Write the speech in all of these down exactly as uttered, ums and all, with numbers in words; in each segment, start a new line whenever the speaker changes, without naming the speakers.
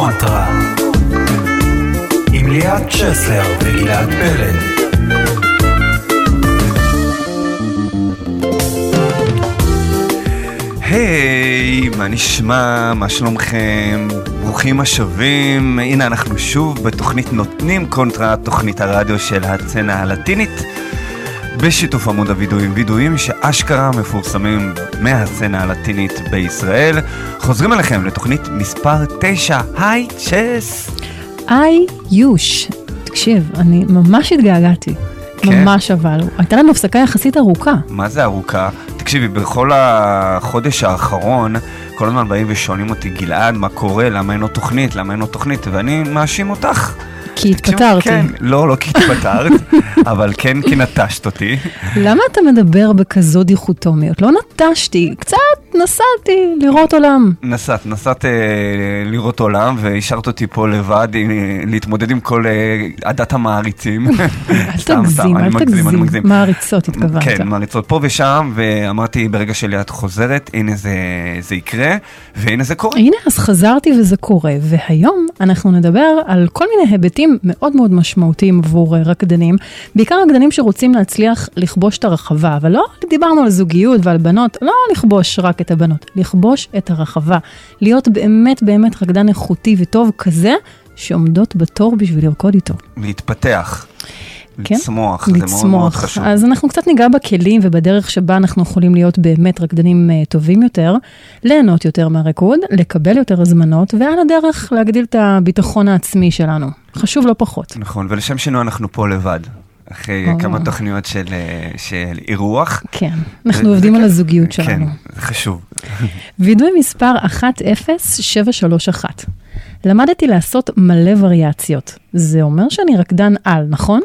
קונטרה עם ליאת צ'סלר וגלעד פלד. היי, מה נשמע? מה שלומכם? ברוכים השבים. הנה אנחנו שוב בתוכנית נותנים קונטרה, תוכנית הרדיו של הצנה הלטינית, בשיתוף עמוד הוידואים, וידואים שאשכרה מפורסמים מהצנה הלטינית בישראל. חוזרים אליכם לתוכנית מספר תשע. היי צ'ס.
היי יוש. תקשיב, אני ממש התגעגעתי. כן. ממש אבל. הייתה לנו הפסקה יחסית ארוכה.
מה זה ארוכה? תקשיבי, בכל החודש האחרון כל הזמן באים ושואלים אותי, גלעד, מה קורה? למה אין לו תוכנית? למה אין לו תוכנית? ואני מאשים אותך.
כי התפטרתי.
כן, לא, לא כי התפטרת, אבל כן כי נטשת אותי.
למה אתה מדבר בכזו דיכוטומיות? לא נטשתי, קצת נסעתי לראות עולם.
נסעת, נסעת אה, לראות עולם, והשארת אותי פה לבד, אה, להתמודד עם כל אה, עדת המעריצים.
אל תגזים, אל תגזים. מעריצות התכוונת.
כן, מעריצות פה ושם, ואמרתי ברגע שליאת חוזרת, הנה זה, זה יקרה, והנה זה קורה.
הנה, אז חזרתי וזה קורה, והיום אנחנו נדבר על כל מיני היבטים מאוד מאוד משמעותיים עבור רקדנים, בעיקר רקדנים שרוצים להצליח לכבוש את הרחבה, אבל לא דיברנו על זוגיות ועל בנות, לא לכבוש רק את הבנות, לכבוש את הרחבה, להיות באמת באמת רקדן איכותי וטוב כזה, שעומדות בתור בשביל לרקוד איתו.
להתפתח.
כן?
לצמוח, זה מאוד מאוד חשוב.
אז אנחנו קצת ניגע בכלים ובדרך שבה אנחנו יכולים להיות באמת רקדנים uh, טובים יותר, ליהנות יותר מהריקוד, לקבל יותר הזמנות, ועל הדרך להגדיל את הביטחון העצמי שלנו. חשוב לא פחות.
נכון, ולשם שינוי אנחנו פה לבד, אחרי או... כמה תוכניות של, של אירוח.
כן, אנחנו ו- עובדים ו- על הזוגיות שלנו.
כן, זה חשוב.
וידוי מספר אחת אפס שבע שלוש אחת. למדתי לעשות מלא וריאציות. זה אומר שאני רקדן על, נכון?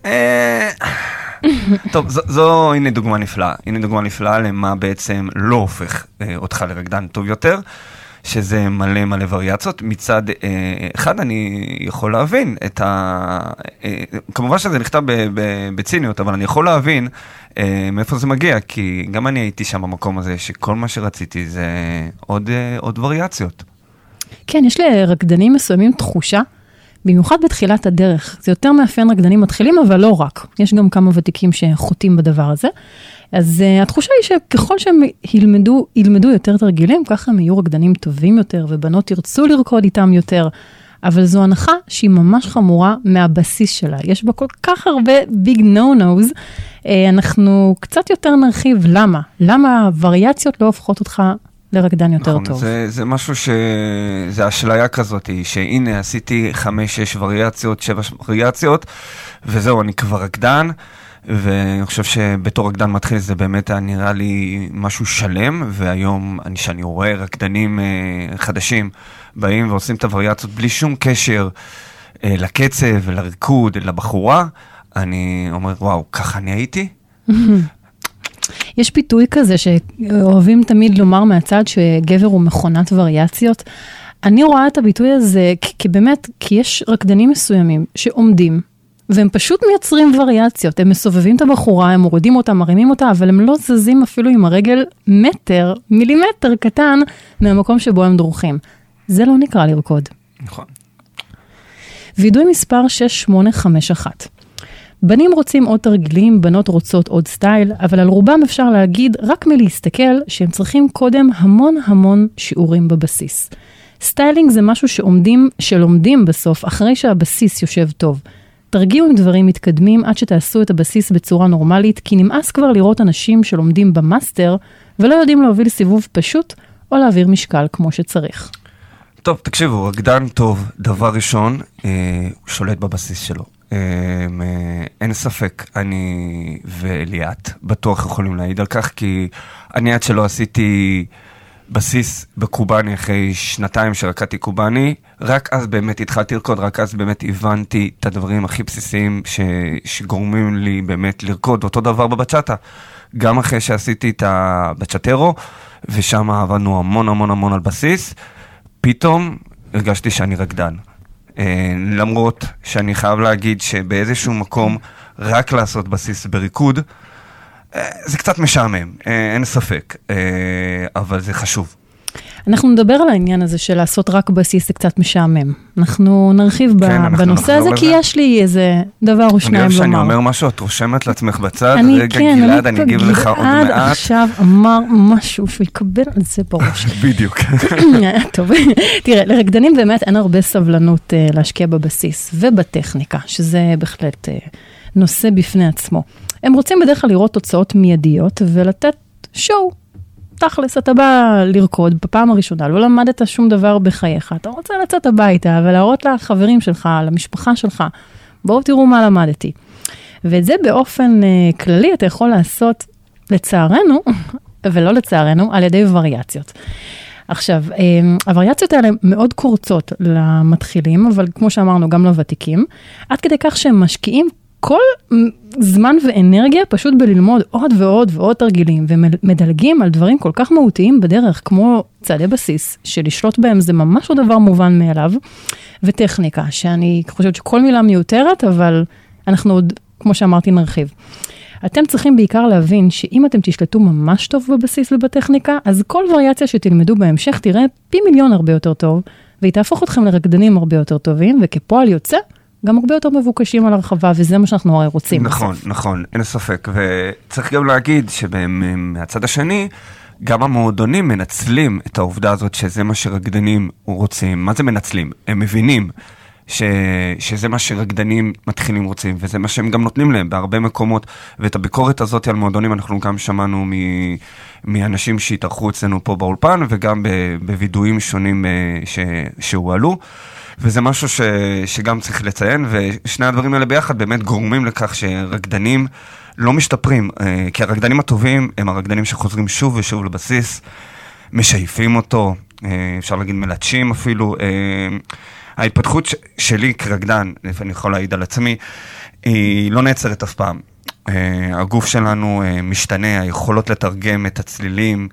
טוב, זו הנה דוגמה נפלאה, הנה דוגמה נפלאה למה בעצם לא הופך אותך לרקדן טוב יותר, שזה מלא מלא וריאציות. מצד אחד אני יכול להבין את ה... כמובן שזה נכתב בציניות, אבל אני יכול להבין מאיפה זה מגיע, כי גם אני הייתי שם במקום הזה, שכל מה שרציתי זה עוד, עוד וריאציות.
כן, יש לרקדנים מסוימים תחושה, במיוחד בתחילת הדרך. זה יותר מאפיין רקדנים מתחילים, אבל לא רק. יש גם כמה ותיקים שחוטאים בדבר הזה. אז uh, התחושה היא שככל שהם ילמדו, ילמדו יותר תרגילים, ככה הם יהיו רקדנים טובים יותר, ובנות ירצו לרקוד איתם יותר. אבל זו הנחה שהיא ממש חמורה מהבסיס שלה. יש בה כל כך הרבה big no-nos. Uh, אנחנו קצת יותר נרחיב למה. למה הווריאציות לא הופכות אותך לרקדן יותר
נכון,
טוב.
זה, זה משהו ש... זה אשליה כזאת, שהנה עשיתי חמש, שש וריאציות, שבע וריאציות, וזהו, אני כבר רקדן, ואני חושב שבתור רקדן מתחיל זה באמת נראה לי משהו שלם, והיום אני, שאני רואה רקדנים אה, חדשים באים ועושים את הווריאציות בלי שום קשר אה, לקצב, לריקוד, לבחורה, אני אומר, וואו, ככה אני הייתי?
יש פיתוי כזה שאוהבים תמיד לומר מהצד שגבר הוא מכונת וריאציות. אני רואה את הביטוי הזה כי באמת, כי יש רקדנים מסוימים שעומדים, והם פשוט מייצרים וריאציות. הם מסובבים את הבחורה, הם מורידים אותה, מרימים אותה, אבל הם לא זזים אפילו עם הרגל מטר, מילימטר קטן, מהמקום שבו הם דרוכים. זה לא נקרא לרקוד.
נכון.
וידוי מספר שש שמונה חמש אחת. בנים רוצים עוד תרגילים, בנות רוצות עוד סטייל, אבל על רובם אפשר להגיד רק מלהסתכל שהם צריכים קודם המון המון שיעורים בבסיס. סטיילינג זה משהו שעומדים, שלומדים בסוף אחרי שהבסיס יושב טוב. תרגיעו עם דברים מתקדמים עד שתעשו את הבסיס בצורה נורמלית, כי נמאס כבר לראות אנשים שלומדים במאסטר ולא יודעים להוביל סיבוב פשוט או להעביר משקל כמו שצריך.
טוב, תקשיבו, רקדן טוב, דבר ראשון, אה, הוא שולט בבסיס שלו. אין ספק, אני וליאת בטוח יכולים להעיד על כך, כי אני עד שלא עשיתי בסיס בקובני אחרי שנתיים שרקדתי קובני, רק אז באמת התחלתי לרקוד, רק אז באמת הבנתי את הדברים הכי בסיסיים ש... שגורמים לי באמת לרקוד. אותו דבר בבצ'אטה, גם אחרי שעשיתי את הבצ'אטרו, ושם עבדנו המון המון המון על בסיס, פתאום הרגשתי שאני רקדן. למרות שאני חייב להגיד שבאיזשהו מקום רק לעשות בסיס בריקוד, זה קצת משעמם, אין ספק, אבל זה חשוב.
אנחנו נדבר על העניין הזה של לעשות רק בסיס, זה קצת משעמם. אנחנו נרחיב כן, בנושא הזה, כי יש לי איזה דבר או שניים לומר.
אני אומר משהו, את רושמת לעצמך בצד, רגע כן, גלעד, אני אגיב לך עוד מעט.
גלעד עכשיו אמר משהו שהוא יקבל על זה בראש.
בדיוק.
טוב, תראה, לרקדנים באמת אין הרבה סבלנות uh, להשקיע בבסיס ובטכניקה, שזה בהחלט uh, נושא בפני עצמו. הם רוצים בדרך כלל לראות תוצאות מיידיות ולתת שואו. תכלס, אתה בא לרקוד בפעם הראשונה, לא למדת שום דבר בחייך, אתה רוצה לצאת הביתה ולהראות לחברים שלך, למשפחה שלך, בואו תראו מה למדתי. ואת זה באופן uh, כללי אתה יכול לעשות לצערנו, ולא לצערנו, על ידי וריאציות. עכשיו, um, הווריאציות האלה מאוד קורצות למתחילים, אבל כמו שאמרנו, גם לוותיקים, עד כדי כך שהם משקיעים כל זמן ואנרגיה פשוט בללמוד עוד ועוד ועוד תרגילים, ומדלגים על דברים כל כך מהותיים בדרך, כמו צעדי בסיס, שלשלוט בהם זה ממש לא דבר מובן מאליו, וטכניקה, שאני חושבת שכל מילה מיותרת, אבל אנחנו עוד, כמו שאמרתי, נרחיב. אתם צריכים בעיקר להבין שאם אתם תשלטו ממש טוב בבסיס ובטכניקה, אז כל וריאציה שתלמדו בהמשך תראה פי מיליון הרבה יותר טוב, והיא תהפוך אתכם לרקדנים הרבה יותר טובים, וכפועל יוצא, גם הרבה יותר מבוקשים על הרחבה, וזה מה שאנחנו הרי רוצים.
נכון, בסוף. נכון, אין ספק. וצריך גם להגיד שמהצד השני, גם המועדונים מנצלים את העובדה הזאת שזה מה שרקדנים רוצים. מה זה מנצלים? הם מבינים ש... שזה מה שרקדנים מתחילים רוצים, וזה מה שהם גם נותנים להם בהרבה מקומות. ואת הביקורת הזאת על מועדונים אנחנו גם שמענו מ... מאנשים שהתארחו אצלנו פה באולפן, וגם בווידועים שונים ש... שהועלו. וזה משהו ש, שגם צריך לציין, ושני הדברים האלה ביחד באמת גורמים לכך שרקדנים לא משתפרים, כי הרקדנים הטובים הם הרקדנים שחוזרים שוב ושוב לבסיס, משייפים אותו, אפשר להגיד מלטשים אפילו. ההתפתחות שלי כרקדן, אני יכול להעיד על עצמי, היא לא נעצרת אף פעם. הגוף שלנו משתנה, היכולות לתרגם את הצלילים,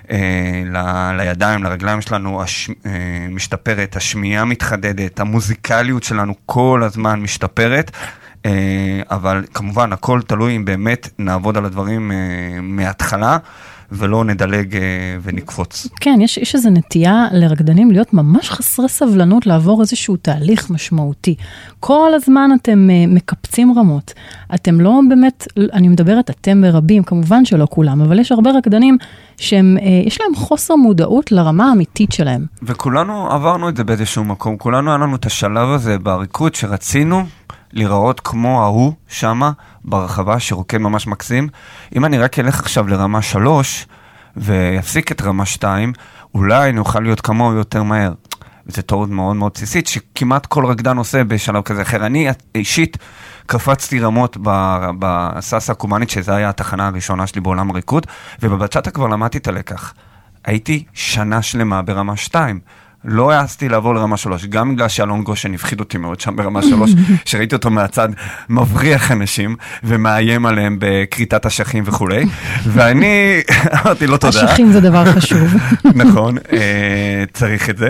ל- לידיים, לרגליים שלנו הש... משתפרת, השמיעה מתחדדת, המוזיקליות שלנו כל הזמן משתפרת, אבל כמובן הכל תלוי אם באמת נעבוד על הדברים מההתחלה, ולא נדלג ונקפוץ.
כן, יש, יש איזו נטייה לרקדנים להיות ממש חסרי סבלנות לעבור איזשהו תהליך משמעותי. כל הזמן אתם מקפצים רמות. אתם לא באמת, אני מדברת אתם ברבים, כמובן שלא כולם, אבל יש הרבה רקדנים שהם, יש להם חוסר מודעות לרמה האמיתית שלהם.
וכולנו עברנו את זה באיזשהו מקום. כולנו היה לנו את השלב הזה בריקוד שרצינו לראות כמו ההוא שמה ברחבה שרוקד ממש מקסים. אם אני רק אלך עכשיו לרמה שלוש ויפסיק את רמה שתיים, אולי נוכל להיות כמוהו יותר מהר. וזה טעות מאוד מאוד בסיסית שכמעט כל רקדן עושה בשלב כזה אחר. אני אישית קפצתי רמות בססה הקומנית, שזה היה התחנה הראשונה שלי בעולם הריקוד, ובבצ'אטה כבר למדתי את הלקח. הייתי שנה שלמה ברמה שתיים. לא העסתי לעבור לרמה שלוש, גם בגלל שאלון גושן הפחיד אותי מאוד שם ברמה שלוש, שראיתי אותו מהצד מבריח אנשים, ומאיים עליהם בקריטת השכים וכו'. ואני אמרתי לו תודה.
השכים זה דבר חשוב.
נכון, צריך את זה.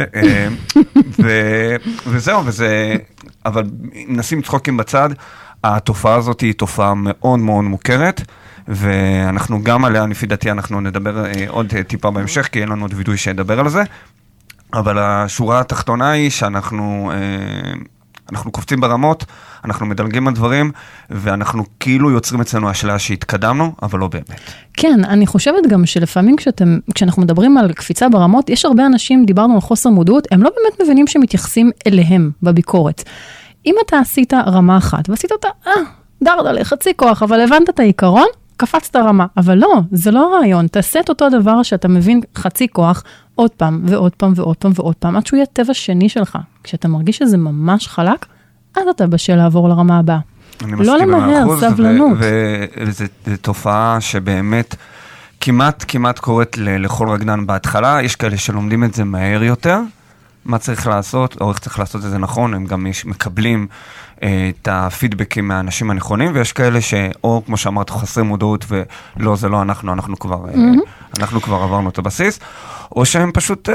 וזהו, וזה, אבל נשים צחוקים בצד, התופעה הזאת היא תופעה מאוד מאוד מוכרת, ואנחנו גם עליה, לפי דעתי, אנחנו נדבר עוד טיפה בהמשך, כי אין לנו עוד וידוי שידבר על זה. אבל השורה התחתונה היא שאנחנו אנחנו קופצים ברמות, אנחנו מדלגים על דברים, ואנחנו כאילו יוצרים אצלנו השאלה שהתקדמנו, אבל לא באמת.
כן, אני חושבת גם שלפעמים כשאתם, כשאנחנו מדברים על קפיצה ברמות, יש הרבה אנשים, דיברנו על חוסר מודעות, הם לא באמת מבינים שמתייחסים אליהם בביקורת. אם אתה עשית רמה אחת, ועשית אותה, אה, דרדלה, חצי כוח, אבל הבנת את העיקרון, קפצת רמה. אבל לא, זה לא הרעיון. תעשה את אותו הדבר שאתה מבין חצי כוח, עוד פעם ועוד פעם ועוד פעם ועוד פעם, עד שהוא יהיה טבע שני שלך. כשאתה מרגיש שזה ממש חלק, אז אתה בשל לעבור לרמה הבאה. לא למהר, סבלנות.
וזו תופעה שבאמת כמעט, כמעט קורית לכל רקדן בהתחלה. יש כאלה שלומדים את זה מהר יותר, מה צריך לעשות, או איך צריך לעשות את זה נכון, הם גם מקבלים את הפידבקים מהאנשים הנכונים, ויש כאלה שאו, כמו שאמרת, חסרי מודעות, ולא, זה לא אנחנו, אנחנו כבר, אנחנו כבר עברנו את הבסיס, או שהם פשוט...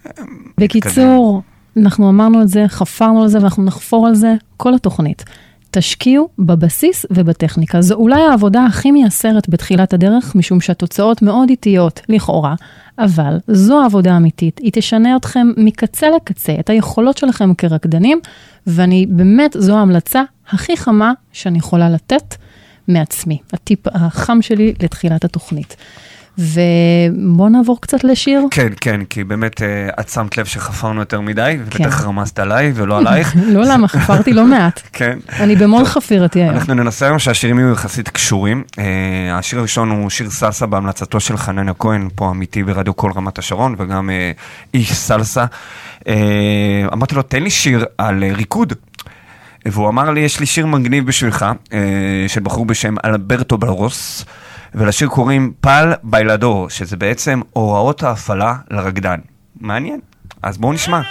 בקיצור, אנחנו אמרנו את זה, חפרנו על זה, ואנחנו נחפור על זה כל התוכנית. תשקיעו בבסיס ובטכניקה. זו אולי העבודה הכי מייסרת בתחילת הדרך, משום שהתוצאות מאוד איטיות, לכאורה, אבל זו העבודה האמיתית. היא תשנה אתכם מקצה לקצה, את היכולות שלכם כרקדנים, ואני באמת, זו ההמלצה הכי חמה שאני יכולה לתת מעצמי. הטיפ החם שלי לתחילת התוכנית. ובוא נעבור קצת לשיר.
כן, כן, כי באמת את שמת לב שחפרנו יותר מדי, ובטח רמזת עליי ולא עלייך.
לא למה, חפרתי לא מעט.
כן.
אני במול חפירתי היום.
אנחנו ננסה היום שהשירים יהיו יחסית קשורים. השיר הראשון הוא שיר סלסה בהמלצתו של חנניה כהן, פה אמיתי ברדיו כל רמת השרון, וגם איש סלסה. אמרתי לו, תן לי שיר על ריקוד. והוא אמר לי, יש לי שיר מגניב בשבילך, של בחור בשם אלברטו בלרוס, ולשיר קוראים פל ביילדור, שזה בעצם הוראות ההפעלה לרקדן. מעניין. אז בואו נשמע.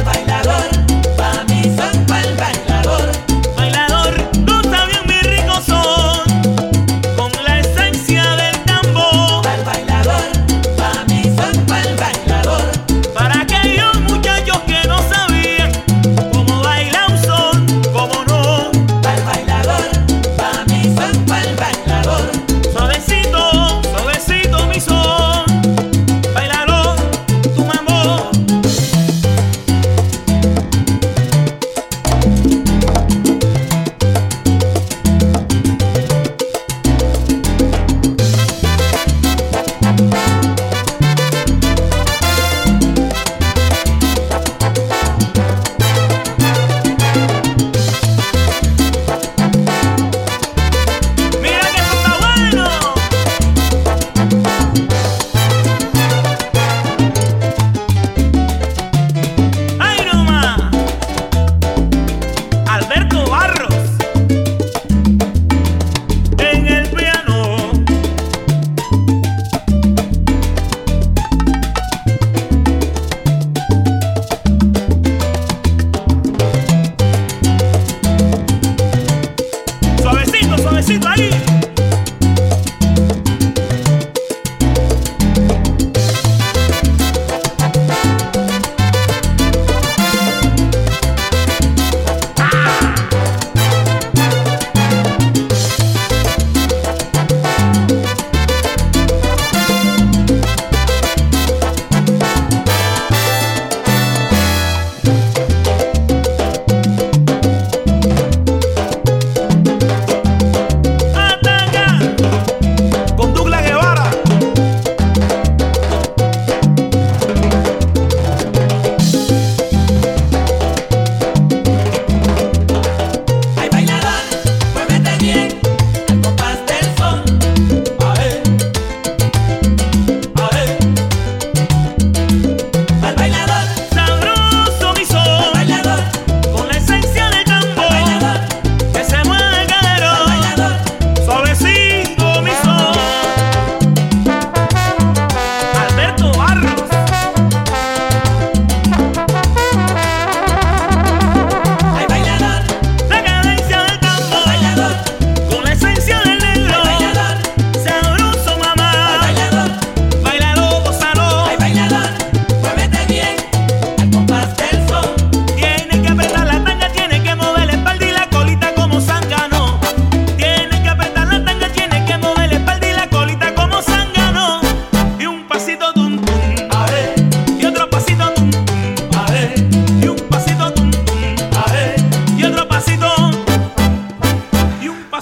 Bailador,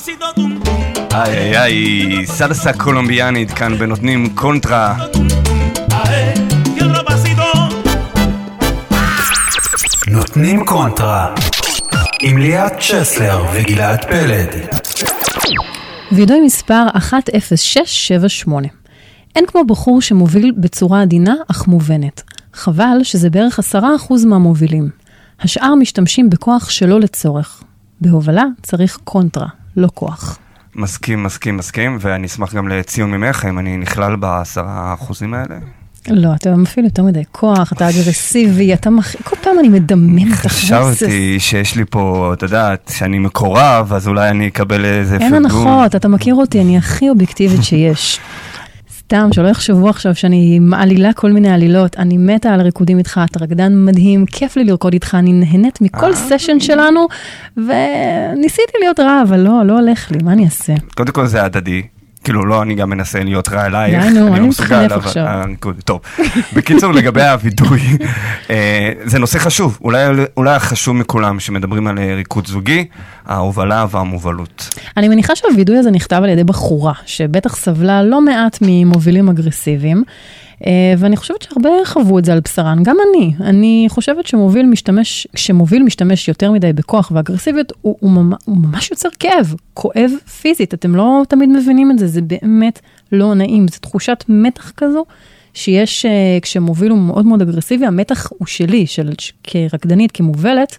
איי איי איי, סלסה קולומביאנית כאן בנותנים קונטרה.
נותנים קונטרה עם ליאת צ'סלר וגלעד פלד.
וידוי מספר אחת אפס שש שבע שמונה. אין כמו בחור שמוביל בצורה עדינה אך מובנת. חבל שזה בערך עשרה אחוז מהמובילים. השאר משתמשים בכוח שלא לצורך. בהובלה צריך קונטרה, לא כוח.
מסכים, מסכים, מסכים, ואני אשמח גם לציון ממך, אם אני נכלל בעשרה אחוזים האלה.
לא, אתה מפעיל יותר מדי כוח, אתה אגרסיבי, אתה מח... כל פעם אני מדמנת.
חשבתי שיש לי פה, אתה יודעת, שאני מקורב, אז אולי אני אקבל איזה פרגון.
אין הנחות, אתה מכיר אותי, אני הכי אובייקטיבית שיש. סתם, שלא יחשבו עכשיו שאני מעלילה כל מיני עלילות, אני מתה על הריקודים איתך, אתה רקדן מדהים, כיף לי לרקוד איתך, אני נהנית מכל סשן שלנו, וניסיתי להיות רע, אבל לא, לא הולך לי, מה אני אעשה?
קודם כל זה הדדי. כאילו, לא, אני גם מנסה להיות רע אלייך.
יאנו, אני מתחנף עכשיו.
טוב, בקיצור, לגבי הווידוי, זה נושא חשוב, אולי החשוב מכולם, שמדברים על ריקוד זוגי, ההובלה והמובלות.
אני מניחה שהווידוי הזה נכתב על ידי בחורה, שבטח סבלה לא מעט ממובילים אגרסיביים, ואני חושבת שהרבה חוו את זה על בשרן, גם אני. אני חושבת שמוביל משתמש, כשמוביל משתמש יותר מדי בכוח ואגרסיביות, הוא, הוא, ממש, הוא ממש יוצר כאב, כואב פיזית. אתם לא תמיד מבינים את זה, זה באמת לא נעים. זו תחושת מתח כזו, שיש, כשמוביל הוא מאוד מאוד אגרסיבי, המתח הוא שלי, של, כרקדנית, כמובלת,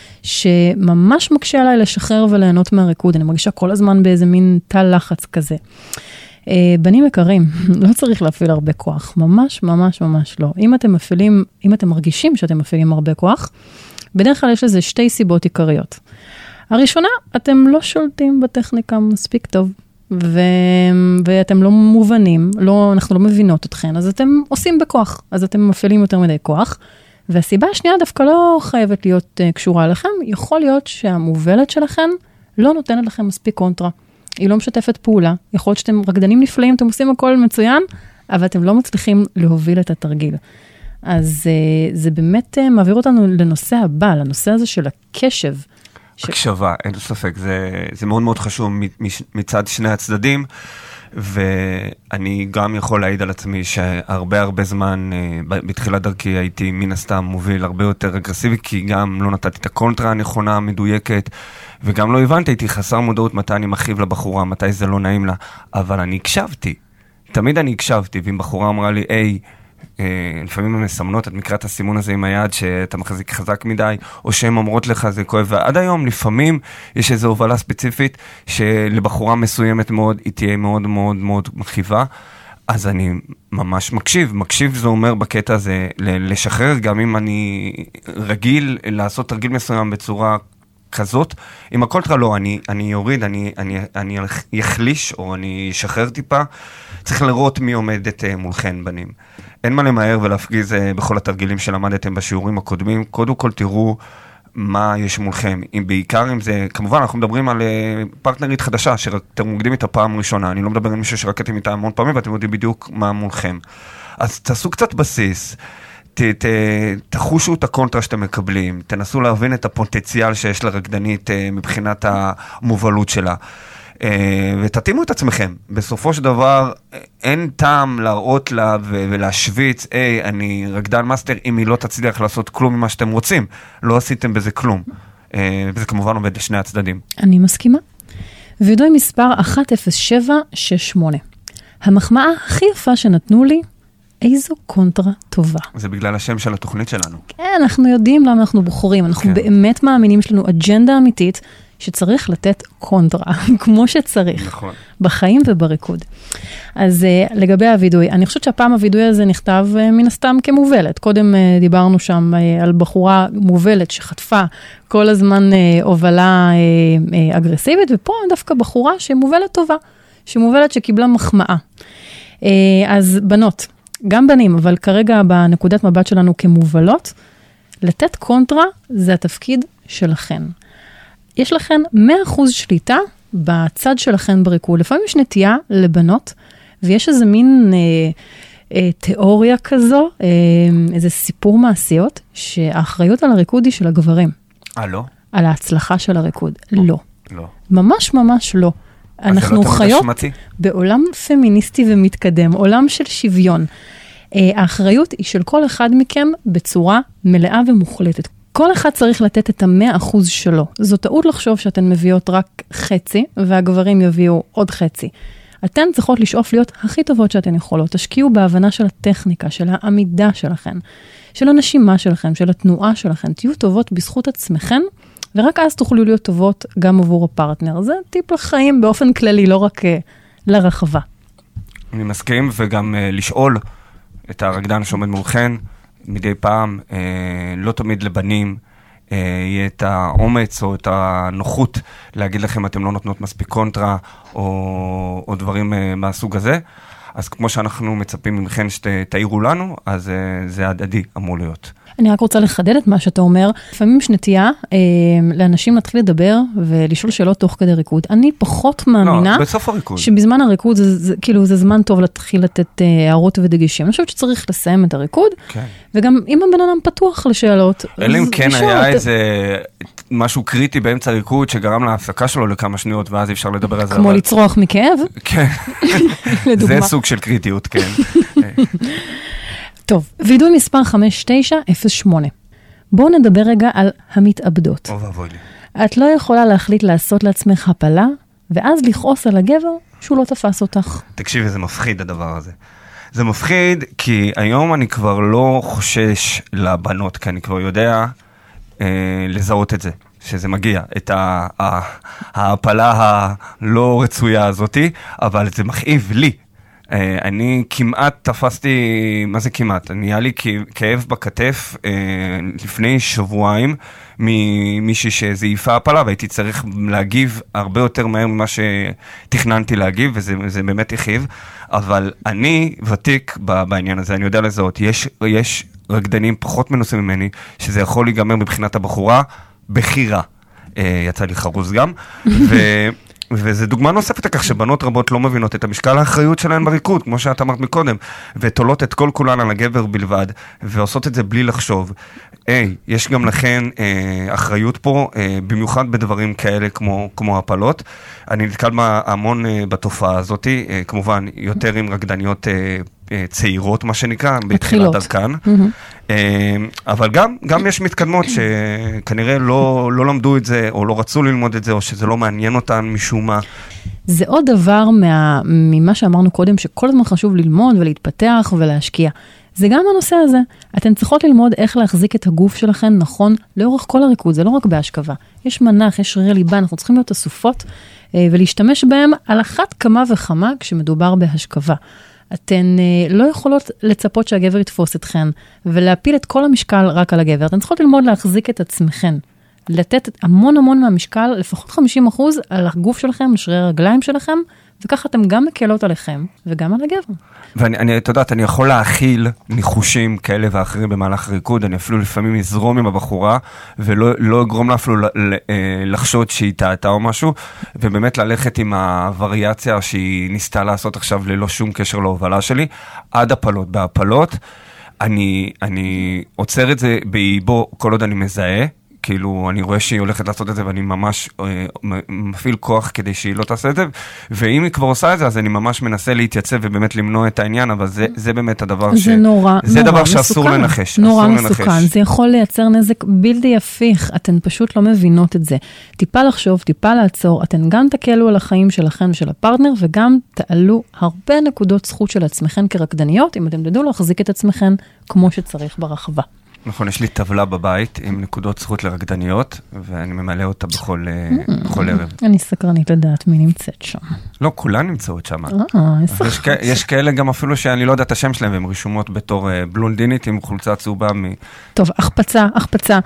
שממש מקשה עליי לשחרר וליהנות מהריקוד. אני מרגישה כל הזמן באיזה מין תל לחץ כזה. בנים יקרים, לא צריך להפעיל הרבה כוח, ממש ממש ממש לא. אם אתם מפעילים, אם אתם מרגישים שאתם מפעילים הרבה כוח, בדרך כלל יש לזה שתי סיבות עיקריות. הראשונה, אתם לא שולטים בטכניקה מספיק טוב, ו... ואתם לא מובנים, לא, אנחנו לא מבינות אתכן, אז אתם עושים בכוח, אז אתם מפעילים יותר מדי כוח, והסיבה השנייה דווקא לא חייבת להיות uh, קשורה לכם, יכול להיות שהמובלת שלכם לא נותנת לכם מספיק קונטרה. היא לא משתפת פעולה, יכול להיות שאתם רקדנים נפלאים, אתם עושים הכל מצוין, אבל אתם לא מצליחים להוביל את התרגיל. אז זה באמת מעביר אותנו לנושא הבא, לנושא הזה של הקשב.
הקשבה, אין ספק, זה, זה מאוד מאוד חשוב מצד שני הצדדים, ואני גם יכול להעיד על עצמי שהרבה הרבה זמן, בתחילת דרכי הייתי מן הסתם מוביל הרבה יותר אגרסיבי, כי גם לא נתתי את הקונטרה הנכונה, המדויקת, וגם לא הבנתי, הייתי חסר מודעות מתי אני מכאיב לבחורה, מתי זה לא נעים לה, אבל אני הקשבתי, תמיד אני הקשבתי, ואם בחורה אמרה לי, היי, אה, לפעמים הן מסמנות, את מקראת הסימון הזה עם היד, שאתה מחזיק חזק מדי, או שהן אומרות לך, זה כואב, ועד היום, לפעמים, יש איזו הובלה ספציפית, שלבחורה מסוימת מאוד, היא תהיה מאוד מאוד מאוד מכאיבה, אז אני ממש מקשיב, מקשיב זה אומר בקטע הזה, לשחרר, גם אם אני רגיל לעשות תרגיל מסוים בצורה כזאת, אם הכל תראה לא, אני, אני יוריד, אני, אני, אני יחליש, או אני אשחרר טיפה, צריך לראות מי עומדת מולכן בנים. אין מה למהר ולהפגיז בכל התרגילים שלמדתם בשיעורים הקודמים, קודם כל תראו מה יש מולכם, אם בעיקר אם זה, כמובן אנחנו מדברים על פרטנרית חדשה, שאתם מוקדים איתה פעם ראשונה, אני לא מדבר על מישהו שרקדתם איתה המון פעמים, ואתם יודעים בדיוק מה מולכם. אז תעשו קצת בסיס, ת, ת, תחושו את הקונטרה שאתם מקבלים, תנסו להבין את הפוטנציאל שיש לרקדנית מבחינת המובלות שלה, ותתאימו את עצמכם. בסופו של דבר, אין טעם להראות לה ולהשוויץ, היי, אני רקדן מאסטר, אם היא לא תצליח לעשות כלום ממה שאתם רוצים, לא עשיתם בזה כלום. וזה כמובן עובד לשני הצדדים.
אני מסכימה. וידוי מספר אחת אפס שבע שש שמונה. המחמאה הכי יפה שנתנו לי, איזו קונטרה טובה.
זה בגלל השם של התוכנית שלנו.
כן, אנחנו יודעים למה אנחנו בוחרים. אנחנו כן. באמת מאמינים, יש לנו אג'נדה אמיתית, שצריך לתת קונטרה, כמו שצריך.
נכון.
בחיים ובריקוד. אז uh, לגבי הוידוי, אני חושבת שהפעם הוידוי הזה נכתב uh, מן הסתם כמובלת. קודם uh, דיברנו שם uh, על בחורה מובלת שחטפה כל הזמן uh, הובלה uh, uh, אגרסיבית, ופה דווקא בחורה שמובלת טובה, שמובלת שקיבלה מחמאה. Uh, אז בנות, גם בנים, אבל כרגע בנקודת מבט שלנו כמובלות, לתת קונטרה זה התפקיד שלכן. יש לכן מאה אחוז שליטה בצד שלכן בריקוד. לפעמים יש נטייה לבנות, ויש איזה מין אה, אה, תיאוריה כזו, אה, איזה סיפור מעשיות, שהאחריות על הריקוד היא של הגברים.
אה, לא?
על ההצלחה של הריקוד. לא.
לא.
ממש ממש לא. אנחנו חיות בעולם פמיניסטי ומתקדם, עולם של שוויון. האחריות היא של כל אחד מכם בצורה מלאה ומוחלטת. כל אחד צריך לתת את המאה אחוז שלו. זו טעות לחשוב שאתן מביאות רק חצי, והגברים יביאו עוד חצי. אתן צריכות לשאוף להיות הכי טובות שאתן יכולות. תשקיעו בהבנה של הטכניקה, של העמידה שלכם, של הנשימה שלכם, של התנועה שלכם. תהיו טובות בזכות עצמכם, ורק אז תוכלו להיות טובות גם עבור הפרטנר. זה טיפ לחיים באופן כללי, לא רק uh, לרחבה.
אני מסכים, וגם uh, לשאול את הרקדן שעומד מולכן, מדי פעם, uh, לא תמיד לבנים, uh, יהיה את האומץ או את הנוחות להגיד לכם, אתם לא נותנות מספיק קונטרה, או, או דברים uh, מהסוג הזה. אז כמו שאנחנו מצפים ממכן שתעירו לנו, אז uh, זה הדדי אמור להיות.
אני רק רוצה לחדד את מה שאתה אומר. לפעמים יש נטייה אה, לאנשים להתחיל לדבר ולשאול שאלות תוך כדי ריקוד. אני פחות מאמינה
לא, בסוף הריקוד.
שבזמן הריקוד זה, זה, כאילו, זה זמן טוב להתחיל לתת אה, הערות ודגשים. אני חושבת שצריך לסיים את הריקוד, כן. וגם אם הבן אדם פתוח לשאלות.
אלא אם כן היה את... איזה משהו קריטי באמצע הריקוד שגרם להפסקה שלו לכמה שניות, ואז אפשר לדבר על זה.
כמו אבל... לצרוח מכאב?
כן. זה סוג של קריטיות, כן.
טוב, וידוי מספר חמש תשע אפס שמונה. בואו נדבר רגע על המתאבדות.
אוי ואבוי לי.
את לא יכולה להחליט לעשות לעצמך הפלה, ואז לכעוס על הגבר שהוא לא תפס אותך.
תקשיבי, זה מפחיד הדבר הזה. זה מפחיד כי היום אני כבר לא חושש לבנות, כי אני כבר יודע אה, לזהות את זה, שזה מגיע, את ההפלה הלא רצויה הזאתי, אבל זה מכאיב לי. אני כמעט תפסתי, מה זה כמעט? אני היה לי כאב בכתף לפני שבועיים ממישהי שזייפה הפלה, והייתי צריך להגיב הרבה יותר מהר ממה שתכננתי להגיב, וזה באמת הכאיב. אבל אני ותיק בעניין הזה, אני יודע לזהות, יש, יש רקדנים פחות מנוסים ממני, שזה יכול להיגמר מבחינת הבחורה, בחירה. יצא לי חרוז גם, ו... וזה דוגמה נוספת לכך שבנות רבות לא מבינות את המשקל האחריות שלהן בריקוד, כמו שאת אמרת מקודם, ותולות את כל כולן על הגבר בלבד, ועושות את זה בלי לחשוב. היי, יש גם לכן אה, אחריות פה, אה, במיוחד בדברים כאלה כמו, כמו הפלות. אני נתקל המון אה, בתופעה הזאת, אה, כמובן יותר עם רקדניות אה, אה, צעירות, מה שנקרא, בתחילת דרכן. Mm-hmm. אה, אבל גם, גם יש מתקדמות שכנראה לא, לא למדו את זה, או לא רצו ללמוד את זה, או שזה לא מעניין אותן משום מה.
זה עוד דבר מה, ממה שאמרנו קודם, שכל הזמן חשוב ללמוד ולהתפתח ולהשקיע. זה גם הנושא הזה. אתן צריכות ללמוד איך להחזיק את הגוף שלכן נכון לאורך כל הריקוד, זה לא רק בהשכבה. יש מנח, יש שרירי ליבה, אנחנו צריכים להיות אסופות ולהשתמש בהם על אחת כמה וכמה כשמדובר בהשכבה. אתן לא יכולות לצפות שהגבר יתפוס אתכן ולהפיל את כל המשקל רק על הגבר. אתן צריכות ללמוד להחזיק את עצמכן. לתת המון המון מהמשקל, לפחות חמישים אחוז על הגוף שלכם, על שרירי הרגליים שלכם, וככה אתם גם מקלות עליכם, וגם על הגבר.
ואני, אני, אתה יודעת, אני יכול להכיל ניחושים כאלה ואחרים במהלך ריקוד, אני אפילו לפעמים אזרום עם הבחורה, ולא לא אגרום לה אפילו לחשוד שהיא טעתה או משהו, ובאמת ללכת עם הווריאציה שהיא ניסתה לעשות עכשיו ללא שום קשר להובלה שלי, עד הפלות. בהפלות, אני, אני עוצר את זה באיבו כל עוד אני מזהה, כאילו, אני רואה שהיא הולכת לעשות את זה, ואני ממש אה, מפעיל כוח כדי שהיא לא תעשה את זה, ואם היא כבר עושה את זה, אז אני ממש מנסה להתייצב ובאמת למנוע את העניין, אבל זה, זה באמת הדבר ש...
זה נורא,
זה
נורא
דבר
מסוכן.
שאסור לנחש.
נורא
אסור
מסוכן,
לנחש.
זה יכול לייצר נזק בלתי הפיך, אתן פשוט לא מבינות את זה. טיפה לחשוב, טיפה לעצור, אתן גם תקלו על החיים שלכם ושל הפרטנר, וגם תעלו הרבה נקודות זכות של עצמכן כרקדניות, אם אתם תדעו להחזיק את עצמכן כמו שצריך ברחבה.
נכון, יש לי טבלה בבית עם נקודות זכות לרקדניות, ואני ממלא אותה בכל, בכל ערב.
אני סקרנית לדעת מי נמצאת שם.
לא, כולן נמצאות שם.
יש,
יש כאלה גם אפילו שאני לא יודע את השם שלהם, והן רשומות בתור בלונדינית עם חולצה צהובה מ...
טוב, החפצה, החפצה.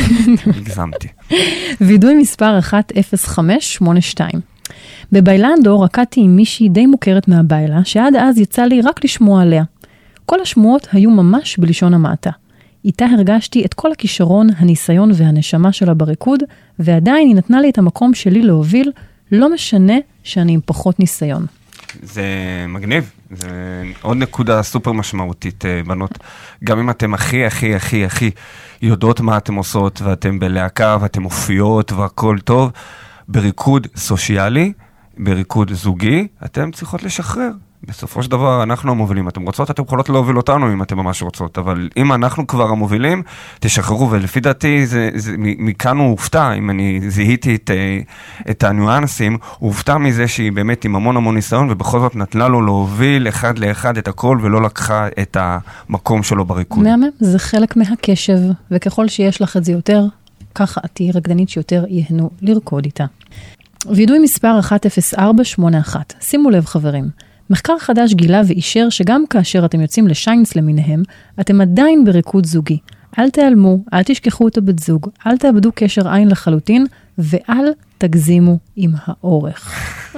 הגזמתי.
וידוי מספר אחת אפס חמש שמונה שתיים. בביילנדו רקדתי עם מישהי די מוכרת מהביילה, שעד אז יצא לי רק לשמוע עליה. כל השמועות היו ממש בלשון המעטה. איתה הרגשתי את כל הכישרון, הניסיון והנשמה שלה בריקוד, ועדיין היא נתנה לי את המקום שלי להוביל, לא משנה שאני עם פחות ניסיון.
זה מגניב, זה עוד נקודה סופר משמעותית, בנות. גם אם אתם הכי, הכי, הכי, הכי יודעות מה אתם עושות, ואתם בלהקה, ואתם מופיעות, והכל טוב, בריקוד סוציאלי, בריקוד זוגי, אתם צריכות לשחרר. בסופו של דבר, אנחנו המובילים. אתם רוצות, אתם יכולות להוביל אותנו אם אתם ממש רוצות, אבל אם אנחנו כבר המובילים, תשחררו, ולפי דעתי, זה, זה, מכאן הוא הופתע, אם אני זיהיתי את, את הניואנסים, הוא הופתע מזה שהיא באמת עם המון המון ניסיון, ובכל זאת נתנה לו להוביל אחד לאחד את הכל, ולא לקחה את המקום שלו בריקוד.
מהמם, זה חלק מהקשב, וככל שיש לך את זה יותר, ככה את תהיי רקדנית שיותר יהנו לרקוד איתה. וידוי מספר אחת אפס ארבע שמונה אחת. שימו לב חברים, מחקר חדש גילה ואישר שגם כאשר אתם יוצאים לשיינס למיניהם, אתם עדיין בריקוד זוגי. אל תיעלמו, אל תשכחו את הבת זוג, אל תאבדו קשר עין לחלוטין, ואל תגזימו עם האורך.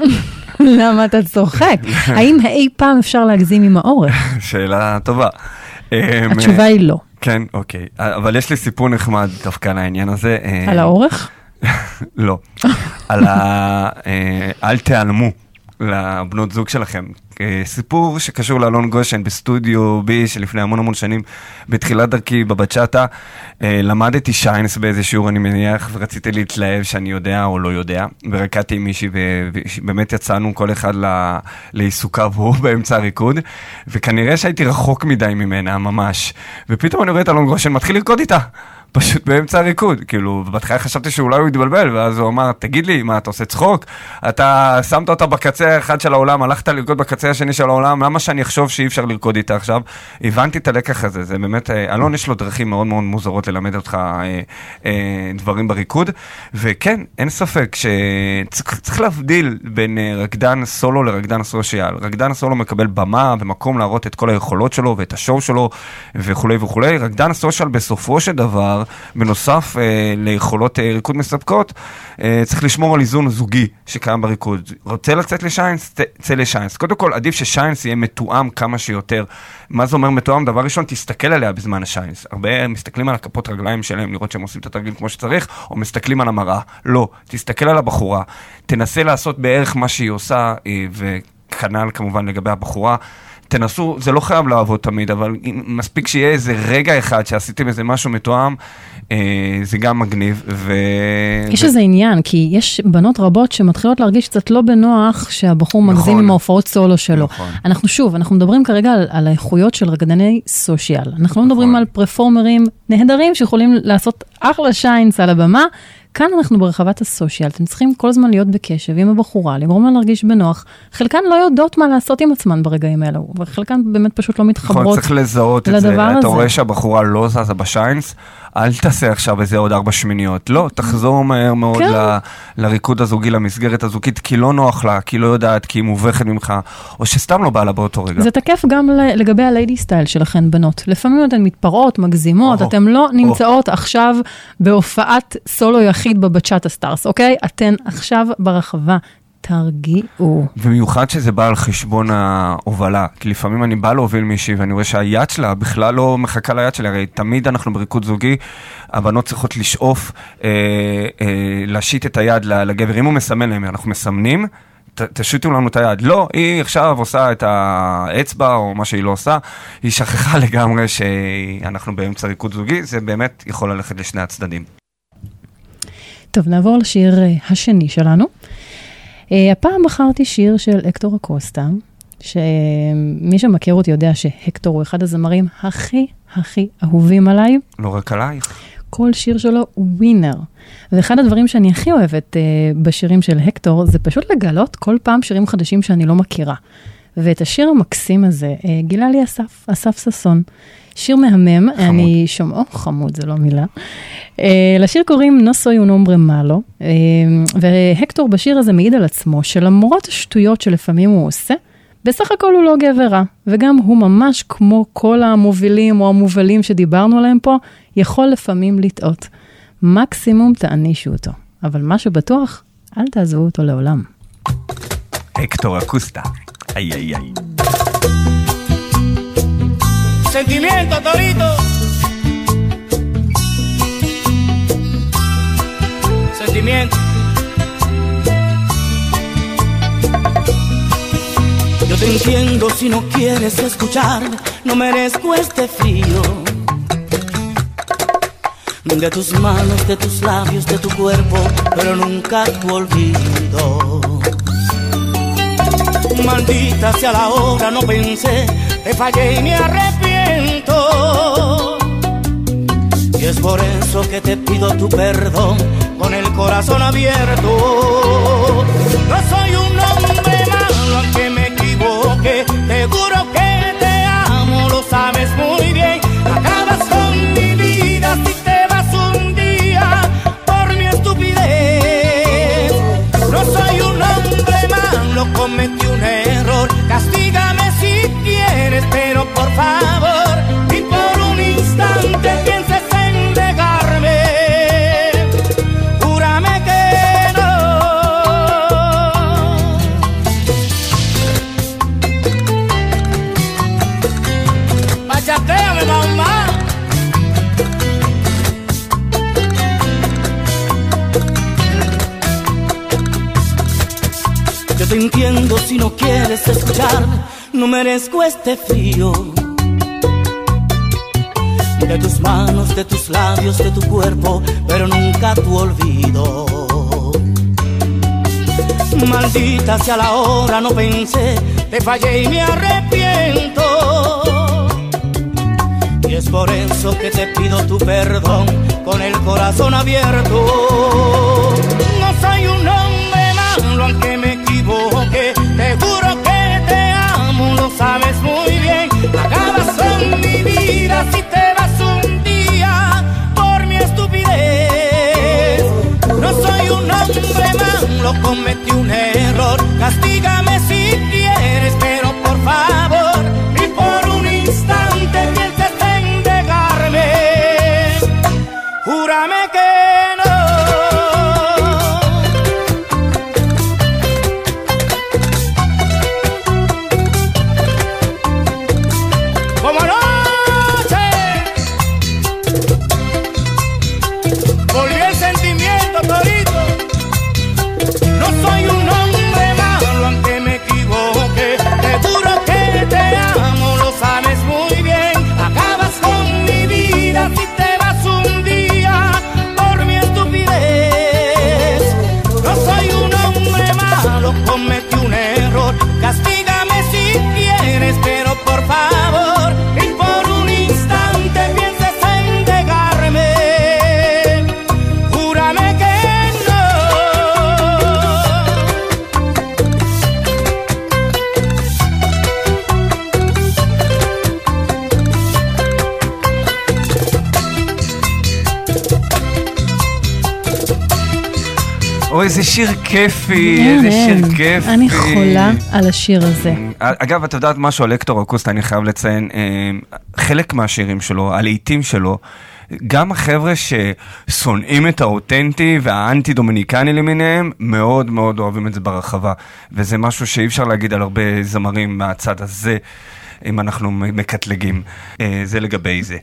למה אתה צוחק? האם אי פעם אפשר להגזים עם האורך?
שאלה טובה.
התשובה היא לא.
כן, אוקיי. אבל יש לי סיפור נחמד דווקא על העניין הזה.
על האורך?
לא. על ה... אל תיעלמו לבנות זוג שלכם. סיפור שקשור לאלון גושן בסטודיו בי שלפני המון המון שנים בתחילת דרכי בבצ'אטה. למדתי שיינס באיזה שיעור אני מניח ורציתי להתלהב שאני יודע או לא יודע, ורקדתי עם מישהי ובאמת יצאנו כל אחד לעיסוקיו הוא באמצע הריקוד, וכנראה שהייתי רחוק מדי ממנה ממש, ופתאום אני רואה את אלון גושן מתחיל לרקוד איתה פשוט באמצע הריקוד, כאילו, ובתחילה חשבתי שאולי הוא יתבלבל, ואז הוא אמר, תגיד לי, מה, אתה עושה צחוק? אתה שמת אותה בקצה האחד של העולם, הלכת לרקוד בקצה השני של העולם, למה שאני אחשוב שאי אפשר לרקוד איתה עכשיו? הבנתי את הלקח הזה, זה באמת, אלון יש לו דרכים מאוד מאוד מוזרות ללמד אותך אה, אה, דברים בריקוד, וכן, אין ספק שצריך להבדיל בין רקדן סולו לרקדן סושיאל. רקדן סולו מקבל במה ומקום להראות את כל היכולות שלו ואת השואו שלו וכו' וכו'. רקדן סושיאל בסופו של דבר בנוסף אה, ליכולות אה, ריקוד מספקות, אה, צריך לשמור על איזון זוגי שקיים בריקוד. רוצה לצאת לשיינס? צא לשיינס. קודם כל, עדיף ששיינס יהיה מתואם כמה שיותר. מה זה אומר מתואם? דבר ראשון, תסתכל עליה בזמן השיינס. הרבה מסתכלים על הכפות רגליים שלהם, לראות שהם עושים את התרגיל כמו שצריך, או מסתכלים על המראה. לא, תסתכל על הבחורה. תנסה לעשות בערך מה שהיא עושה, אה, וכנ"ל כמובן לגבי הבחורה. תנסו, זה לא חייב לעבוד תמיד, אבל מספיק שיהיה איזה רגע אחד שעשיתם איזה משהו מתואם, אה, זה גם מגניב. ו... יש
ו... איזה עניין, כי יש בנות רבות שמתחילות להרגיש קצת לא בנוח שהבחור נכון. מגזים עם ההופעות סולו שלו. נכון. אנחנו שוב, אנחנו מדברים כרגע על, על האיכויות של רקדני סושיאל. אנחנו נכון. לא מדברים על פרפורמרים נהדרים שיכולים לעשות אחלה שיינס על הבמה, כאן אנחנו ברחבת הסושיאל, אתם צריכים כל הזמן להיות בקשב עם הבחורה, לגרום לה להרגיש בנוח. חלקן לא יודעות מה לעשות עם עצמן ברגעים האלו, וחלקן באמת פשוט לא מתחברות לדבר הזה.
צריך לזהות את זה, אתה רואה שהבחורה לא זזה בשיינס, אל תעשה עכשיו איזה עוד ארבע שמיניות, לא, תחזור מהר מאוד ל, לריקוד הזוגי, למסגרת הזוגית, כי לא נוח לה, כי לא יודעת, כי היא מובכת ממך, או שסתם לא בא לה באותו רגע.
זה תקף גם לגבי הליידי סטייל שלכן בנות. לפעמים אתן מתפרעות, מגזימות, אתן לא נמצאות עכשיו בהופעת סולו יחיד בבצ'אטה סטארס, אוקיי? אתן עכשיו ברחבה. תרגיעו.
במיוחד שזה בא על חשבון ההובלה, כי לפעמים אני בא להוביל מישהי, ואני רואה שהיד שלה בכלל לא מחכה ליד שלה, הרי תמיד אנחנו בריקוד זוגי, הבנות צריכות לשאוף, אה, אה, להשיט את היד לגבר, אם הוא מסמן להם, אנחנו מסמנים, ת, תשיטו לנו את היד, לא, היא עכשיו עושה את האצבע, או מה שהיא לא עושה, היא שכחה לגמרי שאנחנו באמצע ריקוד זוגי, זה באמת יכול ללכת לשני הצדדים.
טוב, נעבור לשיר השני שלנו. Uh, הפעם בחרתי שיר של הקטור אקוסטה, שמי שמכיר אותי יודע שהקטור הוא אחד הזמרים הכי הכי אהובים עליי.
לא רק עלייך.
כל שיר שלו הוא ווינר. ואחד הדברים שאני הכי אוהבת uh, בשירים של הקטור, זה פשוט לגלות כל פעם שירים חדשים שאני לא מכירה. ואת השיר המקסים הזה uh, גילה לי אסף, אסף ססון. שיר מהמם, חמוד. אני שומע, oh, חמוד, זה לא מילה. Uh, לשיר קוראים No Soy un hombre malo, uh, והקטור בשיר הזה מעיד על עצמו, שלמרות השטויות שלפעמים הוא עושה, בסך הכל הוא לא גבר רע, וגם הוא ממש כמו כל המובילים או המובלים שדיברנו עליהם פה, יכול לפעמים לטעות. מקסימום תענישו אותו, אבל מה שבטוח, אל תעזבו אותו לעולם.
הקטור אקוסטה, איי איי איי.
Sentimiento, Torito. Sentimiento. Yo te entiendo si no quieres escucharme, no merezco este frío. De tus manos, de tus labios, de tu cuerpo, pero nunca tu olvido. Maldita sea la hora, no pensé, te fallé y me arrepiento. Y es por eso que te pido tu perdón con el corazón abierto. No soy un hombre malo aunque me equivoque, te juro que te amo, lo sabes muy bien. Acabas con mi vida si te vas un día por mi estupidez. No soy un hombre malo, cometí un error, castígame si quieres, pero por favor, ni por un instante pienses en dejarme. Júrame que no. Machateame, mamá. Yo te entiendo si no quieres escucharme, no merezco este frío. De tus manos, de tus labios, de tu cuerpo, pero nunca tu olvido. Maldita sea la hora, no pensé, te fallé y me arrepiento. Y es por eso que te pido tu perdón con el corazón abierto. No soy un hombre malo aunque me equivoque, te juro que te amo, lo sabes muy bien. Acabas con mi vida si te vas un día por mi estupidez. No soy un hombre malo, cometí un error, castígame si quieres, pero por favor, ni por un instante pienses en dejarme. Júrame que no. Como anoche volvió el sentimiento, torito. No soy un hombre malo aunque me equivoque, te juro que te amo, lo sabes muy bien. Acabas con mi vida si te vas un día por mi estupidez. No soy un hombre malo, cometí un error, castígame si quieres, pero por favor, ni por un instante pienses en dejarme. Júrame que no.
אוי, איזה שיר כיפי, איזה שיר כיפי.
אני חולה על השיר הזה.
אגב, את יודעת משהו על הקטור אקוסט, אני חייב לציין, חלק מהשירים שלו, הלעיתים שלו, גם החבר'ה ששונאים את האותנטי והאנטי דומיניקני למיניהם, מאוד מאוד אוהבים את זה ברחבה. וזה משהו שאי אפשר להגיד על הרבה זמרים מהצד הזה, אם אנחנו מקטלגים. זה לגבי זה.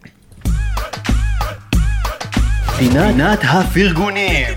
פינת הפרגונים.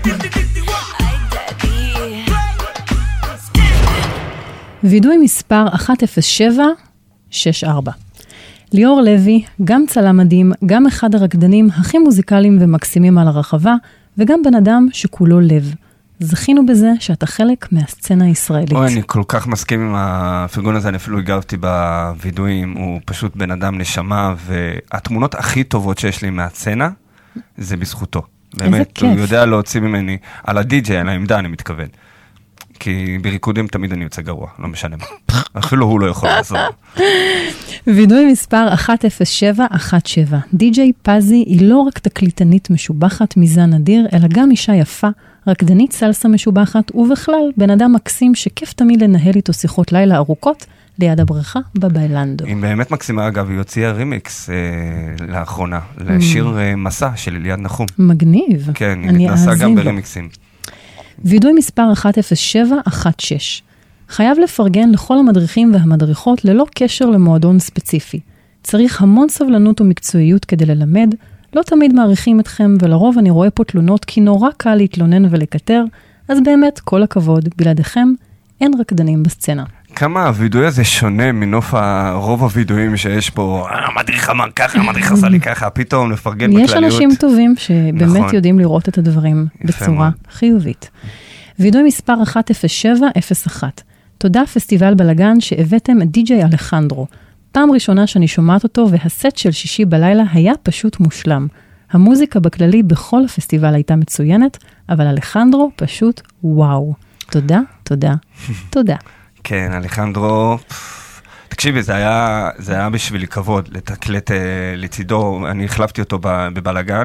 וידוי מספר אחת אפס שבע שש ארבע. ליאור לוי, גם צלם מדהים, גם אחד הרקדנים הכי מוזיקליים ומקסימים על הרחבה, וגם בן אדם שכולו לב. זכינו בזה שאתה חלק מהסצנה הישראלית.
אוי, אני כל כך מסכים עם הפרגון הזה, אני אפילו הגבתי בוידויים, הוא פשוט בן אדם נשמה, והתמונות הכי טובות שיש לי מהסצנה, זה בזכותו. באמת, הוא יודע להוציא ממני, על הדי-ג'יי, על העמדה אני מתכוון. כי בריקודים תמיד אני יוצא גרוע, לא משנה מה. אפילו הוא לא יכול לעזור.
וידוי מספר אחת אפס שבע אחת שבע. די-ג'יי פזי היא לא רק תקליטנית משובחת מזן אדיר, אלא גם אישה יפה, רקדנית סלסה משובחת, ובכלל בן אדם מקסים שכיף תמיד לנהל איתו שיחות לילה ארוכות, ליד הבריכה בביילנדו.
היא באמת מקסימה, אגב, היא הוציאה רימיקס אה, לאחרונה, לשיר אה, מסע של אליעד נחום.
מגניב.
כן, היא מתנסה גם ברימיקסים.
וידוי מספר אחת אפס שבע אחת שש. חייב לפרגן לכל המדריכים והמדריכות ללא קשר למועדון ספציפי. צריך המון סבלנות ומקצועיות כדי ללמד, לא תמיד מעריכים אתכם, ולרוב אני רואה פה תלונות כי נורא קל להתלונן ולקטר, אז באמת כל הכבוד, בלעדיכם אין רקדנים בסצנה.
כמה הוידוי הזה שונה מנוף הרוב הוידויים שיש פה, המדריך אמר ככה, המדריך עשה לי ככה, פתאום לפרגן בכלליות.
יש אנשים טובים שבאמת יודעים לראות את הדברים בצורה חיובית. וידוי מספר אחת אפס שבע אפס אחת. תודה פסטיבל בלגן שהבאתם את די-ג'יי אלחנדרו. פעם ראשונה שאני שומעת אותו, והסט של שישי בלילה היה פשוט מושלם. המוזיקה בכללי בכל הפסטיבל הייתה מצוינת, אבל אלחנדרו פשוט וואו. תודה, תודה, תודה.
כן, אלחנדרו, תקשיבי, זה היה, זה היה בשבילי כבוד לתקלט לצידו, אני החלפתי אותו בבלגן,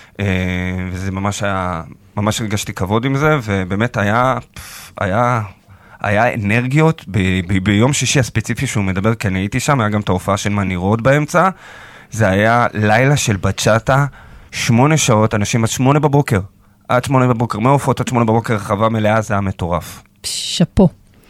וזה ממש היה, ממש הרגשתי כבוד עם זה, ובאמת היה, היה... היה אנרגיות, ב- ב- ביום שישי הספציפי שהוא מדבר, כי אני הייתי שם, היה גם את ההופעה של מנירות באמצע, זה היה לילה של בצ'אטה, שמונה שעות, אנשים עד שמונה בבוקר, עד שמונה בבוקר, מההופעות עד שמונה בבוקר, רחבה מלאה, זה היה מטורף.
שפו.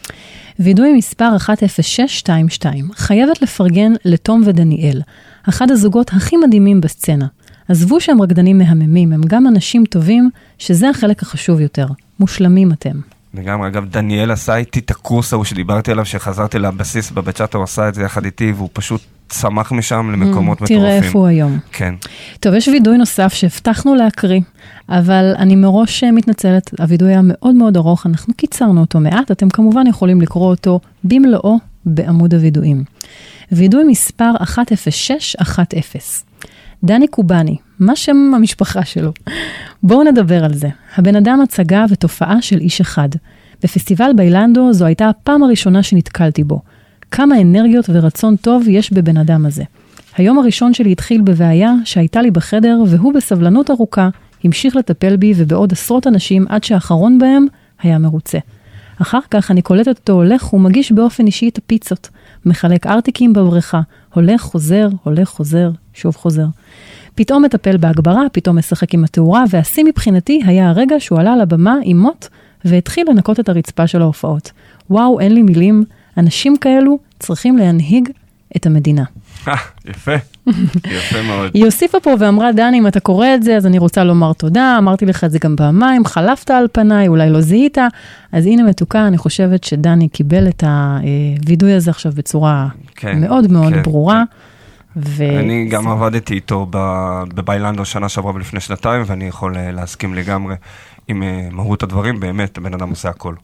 וידוי מספר אחת אפס שש שתיים שתיים, חייבת לפרגן לתום ודניאל, אחד הזוגות הכי מדהימים בסצנה. עזבו שהם רקדנים מהממים, הם גם אנשים טובים, שזה החלק החשוב יותר. מושלמים אתם.
לגמרי, אגב, דניאל עשה איתי את הקורס ההוא שדיברתי עליו, שחזרתי לבסיס בבצ'אטה, הוא עשה את זה יחד איתי, והוא פשוט צמח משם למקומות מטורפים.
תראה איפה הוא היום.
כן.
טוב, יש וידוי נוסף שהבטחנו להקריא, אבל אני מראש מתנצלת, הוידוי היה מאוד מאוד ארוך, אנחנו קיצרנו אותו מעט, אתם כמובן יכולים לקרוא אותו במלואו בעמוד הוידויים. וידוי מספר אחת אפס שש אחת אפס. דני קובני, מה שם המשפחה שלו? בואו נדבר על זה. הבן אדם הצגה ותופעה של איש אחד. בפסטיבל ביילנדו זו הייתה הפעם הראשונה שנתקלתי בו. כמה אנרגיות ורצון טוב יש בבן אדם הזה. היום הראשון שלי התחיל בבעיה שהייתה לי בחדר, והוא בסבלנות ארוכה המשיך לטפל בי ובעוד עשרות אנשים עד שהאחרון בהם היה מרוצה. אחר כך אני קולטת אותו הולך ומגיש באופן אישי את הפיצות. מחלק ארטיקים בבריכה, הולך, חוזר, הולך, חוזר, שוב חוזר. פתאום מטפל בהגברה, פתאום משחק עם התאורה, והשיא מבחינתי היה הרגע שהוא עלה לבמה עם מוט, והתחיל לנקות את הרצפה של ההופעות. וואו, אין לי מילים, אנשים כאלו צריכים להנהיג את המדינה.
יפה, יפה מאוד.
היא הוסיפה פה ואמרה, דני, אם אתה קורא את זה, אז אני רוצה לומר תודה, אמרתי לך את זה גם פעמיים, חלפת על פניי, אולי לא זיהית, אז הנה מתוקה, אני חושבת שדני קיבל את הוידוי הזה עכשיו בצורה כן, מאוד מאוד כן, ברורה.
כן. ו... אני גם עבדתי איתו בביילנדו שנה שעברה ולפני שנתיים, ואני יכול להסכים לגמרי עם מהות הדברים, באמת, הבן אדם עושה הכל.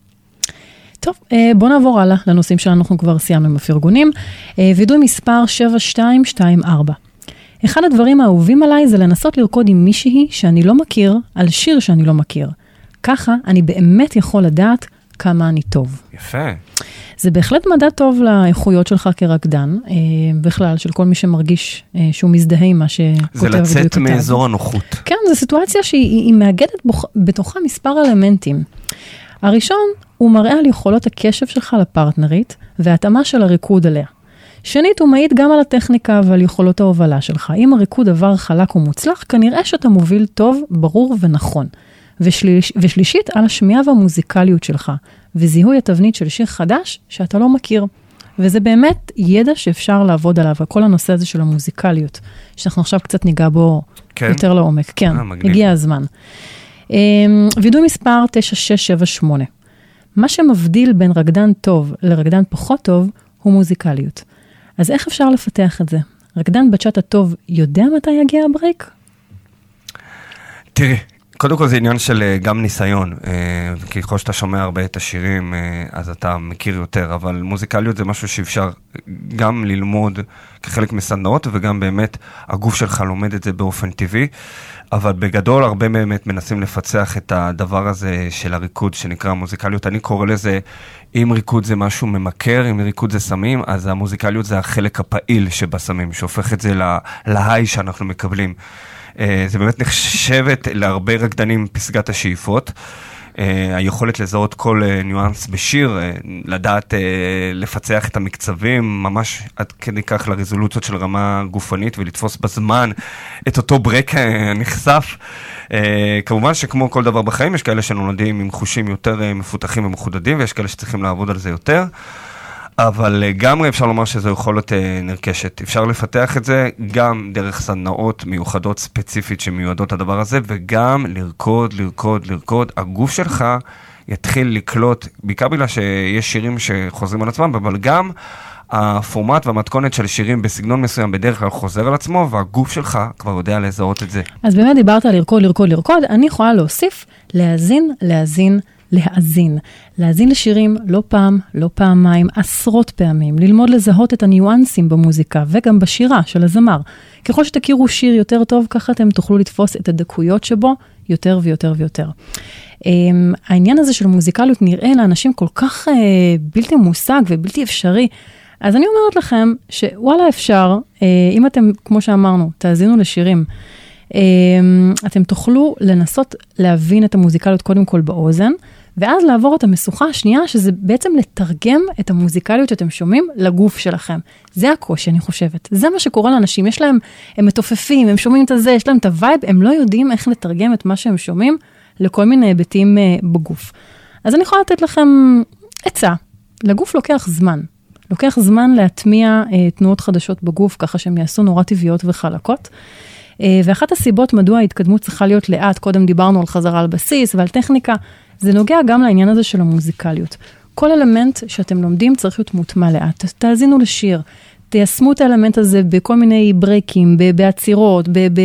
טוב, בוא נעבור הלאה לנושאים שאנחנו כבר סיימנו עם הפרגונים. וידוי מספר שבע שתיים שתיים ארבע. אחד הדברים האהובים עליי זה לנסות לרקוד עם מישהי שאני לא מכיר, על שיר שאני לא מכיר. ככה אני באמת יכול לדעת כמה אני טוב.
יפה.
זה בהחלט מדע טוב לאיכויות שלך כרקדן, בכלל של כל מי שמרגיש שהוא מזדהה עם מה שכותב.
זה לצאת מאזור הנוחות.
כן, זו סיטואציה שהיא מאגדת בתוכה מספר אלמנטים. הראשון הוא מראה על יכולות הקשב שלך לפרטנרית, וההתאמה של הריקוד עליה. שנית, הוא מעיד גם על הטכניקה ועל יכולות ההובלה שלך. אם הריקוד עבר חלק ומוצלח, כנראה שאתה מוביל טוב, ברור ונכון. ושליש, ושלישית, על השמיעה והמוזיקליות שלך, וזיהוי התבנית של שיר חדש שאתה לא מכיר. וזה באמת ידע שאפשר לעבוד עליו, כל הנושא הזה של המוזיקליות, שאנחנו עכשיו קצת ניגע בו כן? יותר לעומק. כן, אה, הגיע הזמן. וידוי מספר תשע שש שבע שמונה. מה שמבדיל בין רקדן טוב לרקדן פחות טוב, הוא מוזיקליות. אז איך אפשר לפתח את זה? רקדן בצ'אטה טוב יודע מתי יגיע הברייק?
תראי, קודם כל זה עניין של גם ניסיון, כי ככל שאתה שומע הרבה את השירים, אז אתה מכיר יותר, אבל מוזיקליות זה משהו שאפשר גם ללמוד כחלק מסדנאות, וגם באמת הגוף שלך לומד את זה באופן טבעי, אבל בגדול הרבה באמת מנסים לפצח את הדבר הזה של הריקוד שנקרא מוזיקליות. אני קורא לזה, אם ריקוד זה משהו ממכר, אם ריקוד זה סמים, אז המוזיקליות זה החלק הפעיל שבסמים, שהופך את זה להיי שאנחנו מקבלים. זה באמת נחשבת להרבה רקדנים פסגת השאיפות. היכולת לזהות כל ניואנס בשיר, לדעת לפצח את המקצבים, ממש עד כדי כך לרזולוציות של רמה גופנית, ולתפוס בזמן את אותו ברק נחשף. כמובן שכמו כל דבר בחיים, יש כאלה שנולדים עם חושים יותר מפותחים ומחודדים, ויש כאלה שצריכים לעבוד על זה יותר. אבל גם אפשר לומר שזו יכולת נרכשת. אפשר לפתח את זה גם דרך סדנאות מיוחדות ספציפית שמיועדות לדבר הזה, וגם לרקוד, לרקוד, לרקוד. הגוף שלך יתחיל לקלוט, בעיקר בגלל שיש שירים שחוזרים על עצמם, אבל גם הפורמט והמתכונת של שירים בסגנון מסוים בדרך כלל חוזר על עצמו, והגוף שלך כבר יודע לזהות את זה.
אז באמת דיברת על לרקוד, לרקוד, לרקוד. אני יכולה להוסיף, להאזין, להאזין, להאזין. להאזין לשירים לא פעם, לא פעמיים, עשרות פעמים. ללמוד לזהות את הניואנסים במוזיקה וגם בשירה של הזמר. ככל שתכירו שיר יותר טוב, ככה אתם תוכלו לתפוס את הדקויות שבו יותר ויותר ויותר. העניין הזה של מוזיקליות נראה לאנשים כל כך בלתי מושג ובלתי אפשרי. אז אני אומרת לכם שוואלה אפשר, אם אתם, כמו שאמרנו, תאזינו לשירים, אתם תוכלו לנסות להבין את המוזיקליות קודם כל באוזן, ואז לעבור את המשוכה השנייה, שזה בעצם לתרגם את המוזיקליות שאתם שומעים לגוף שלכם. זה הקושי, אני חושבת. זה מה שקורה לאנשים. יש להם, הם מתופפים, הם שומעים את זה, יש להם את הווייב, הם לא יודעים איך לתרגם את מה שהם שומעים לכל מיני היבטים בגוף. אז אני יכולה לתת לכם עצה. לגוף לוקח זמן. לוקח זמן להטמיע תנועות חדשות בגוף, ככה שהם יעשו נורא טבעיות וחלקות. ואחת הסיבות מדוע ההתקדמות צריכה להיות לאט, קודם דיברנו על חזרה על בסיס ועל טכניקה, זה נוגע גם לעניין הזה של המוזיקליות. כל אלמנט שאתם לומדים צריך להיות מוטמע לאט. תאזינו לשיר, תיישמו את האלמנט הזה בכל מיני ברייקים, בעצירות,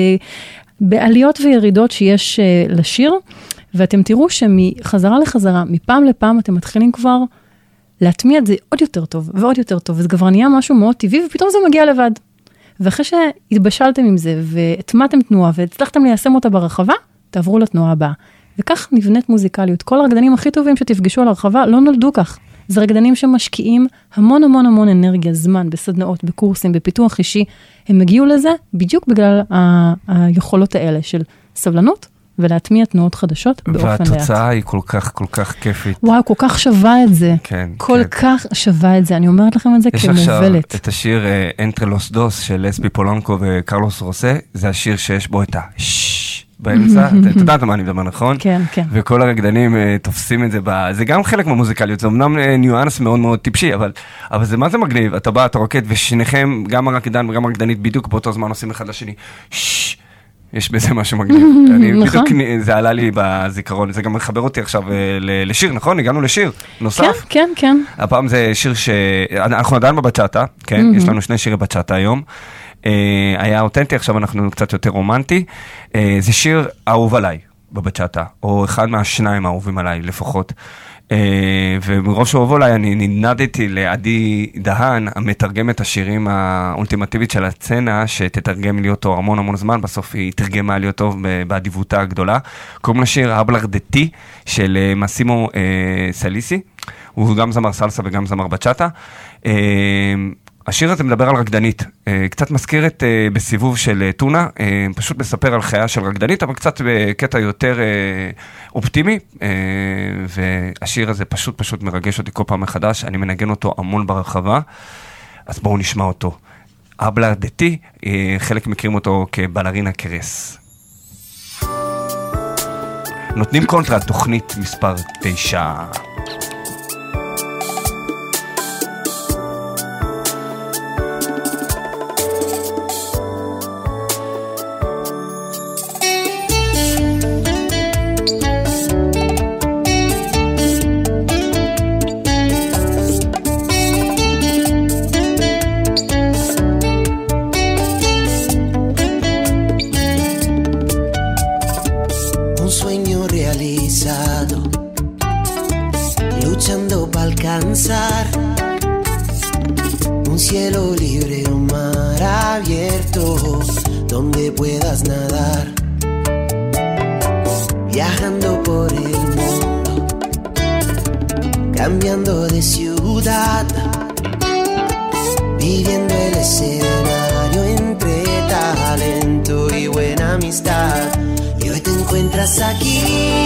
בעליות וירידות שיש לשיר, ואתם תראו שמחזרה לחזרה, מפעם לפעם אתם מתחילים כבר להטמיע את זה עוד יותר טוב ועוד יותר טוב, וזה כבר נהיה משהו מאוד טבעי, ופתאום זה מגיע לבד. ואחרי שהתבשלתם עם זה, והטמעתם תנועה, והצלחתם ליישם אותה ברחבה, תעברו לתנועה הבאה. וכך נבנית מוזיקליות. כל הרקדנים הכי טובים שתפגשו על הרחבה, לא נולדו כך. זה רקדנים שמשקיעים המון המון המון אנרגיה, זמן, בסדנאות, בקורסים, בפיתוח אישי. הם הגיעו לזה בדיוק בגלל ה- היכולות האלה של סבלנות, ולהטמיע תנועות חדשות באופן לאט.
והתוצאה היא כל כך, כל כך כיפית.
וואו, כל כך שווה את זה.
כן.
כל
כן.
כך שווה את זה. אני אומרת לכם את זה כמובלת.
יש עכשיו את השיר Entre los dos של לסבי פולנקו וקרלוס רוסה, זה השיר שיש בו את השש באמצע. אתה יודעת מה אני מדבר, נכון?
כן, כן.
וכל הרקדנים תופסים את זה. זה גם חלק מהמוזיקליות, זה אמנם ניואנס מאוד מאוד טיפשי, אבל, אבל זה מה זה מגניב? אתה בא, אתה רוקד, ושניכם, גם הרקדן וגם הרקדנית, בדיוק באותו זמן עושים אחד לשני. שש. יש בזה משהו מגניב. אני בדיוק, זה עלה לי בזיכרון, זה גם מחבר אותי עכשיו לשיר, נכון? הגענו לשיר נוסף.
כן, כן, כן.
הפעם זה שיר ש... אנחנו עדיין בבצ'אטה, כן? יש לנו שני שירי בצ'אטה היום. היה אותנטי, עכשיו אנחנו קצת יותר רומנטי. זה שיר אהוב עליי בבצ'אטה, או אחד מהשניים האהובים עליי לפחות. ומרוב שאהוב עליי אני נדנדתי לעדי דהן, המתרגם את השירים האולטימטיבית של הצנה, שתתרגם לי אותו המון המון זמן, בסוף היא תרגמה לי אותו באדיבותה הגדולה. קוראים לשיר הבלרדתי של מסימו סליסי, הוא גם זמר סלסה וגם זמר בצ'אטה. השיר הזה מדבר על רקדנית, קצת מזכירת בסיבוב של טונה, פשוט מספר על חיה של רקדנית, אבל קצת בקטע יותר אופטימי, והשיר הזה פשוט פשוט מרגש אותי כל פעם מחדש, אני מנגן אותו המון ברחבה, אז בואו נשמע אותו. הבלרדתי, חלק מכירים אותו כבלרינה קרס. נותנים קונטרה, תוכנית מספר תשע.
Un cielo libre, un mar abierto, donde puedas nadar, viajando por el mundo, cambiando de ciudad, viviendo el escenario entre talento y buena amistad. Y hoy te encuentras aquí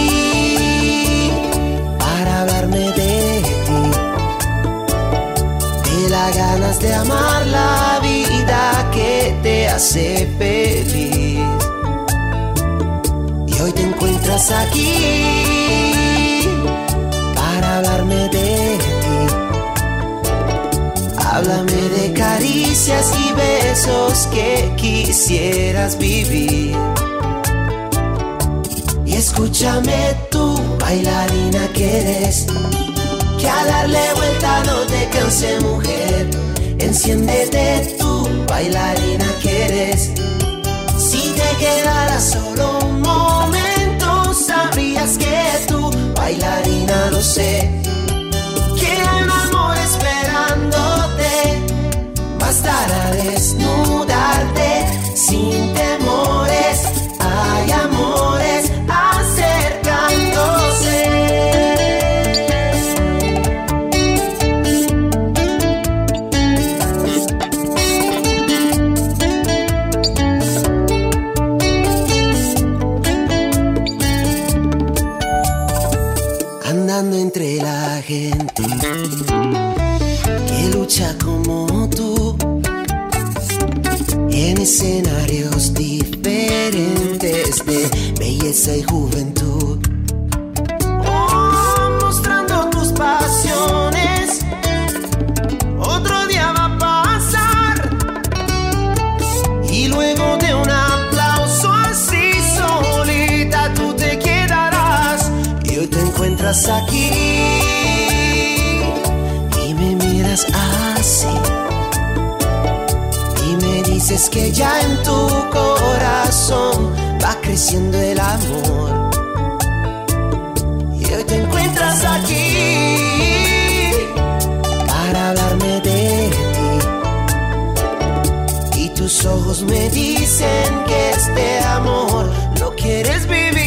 para hablarme de ti, de las ganas de amar la vida que te hace feliz. Y hoy te encuentras aquí para hablarme de ti. Háblame de caricias y besos que quisieras vivir. Y escúchame tú, bailarina que eres, que a darle vuelta no te canse, mujer. Enciéndete tú, bailarina que eres. Si te quedara solo un momento, sabrías que tú tú, bailarina, lo sé. Que hay un amor esperándote, bastará desnudarte sin temores. Hay amores acercándose. Andando entre la gente que lucha como tú, en escenarios diferentes de belleza y juventud. Oh, mostrando tus pasiones, otro día va a pasar, y luego de un aplauso así solita tú te quedarás. Y hoy te encuentras aquí y me miras así, dices que ya en tu corazón va creciendo el amor. Y hoy te encuentras aquí para hablarme de ti, y tus ojos me dicen que este amor lo quieres vivir.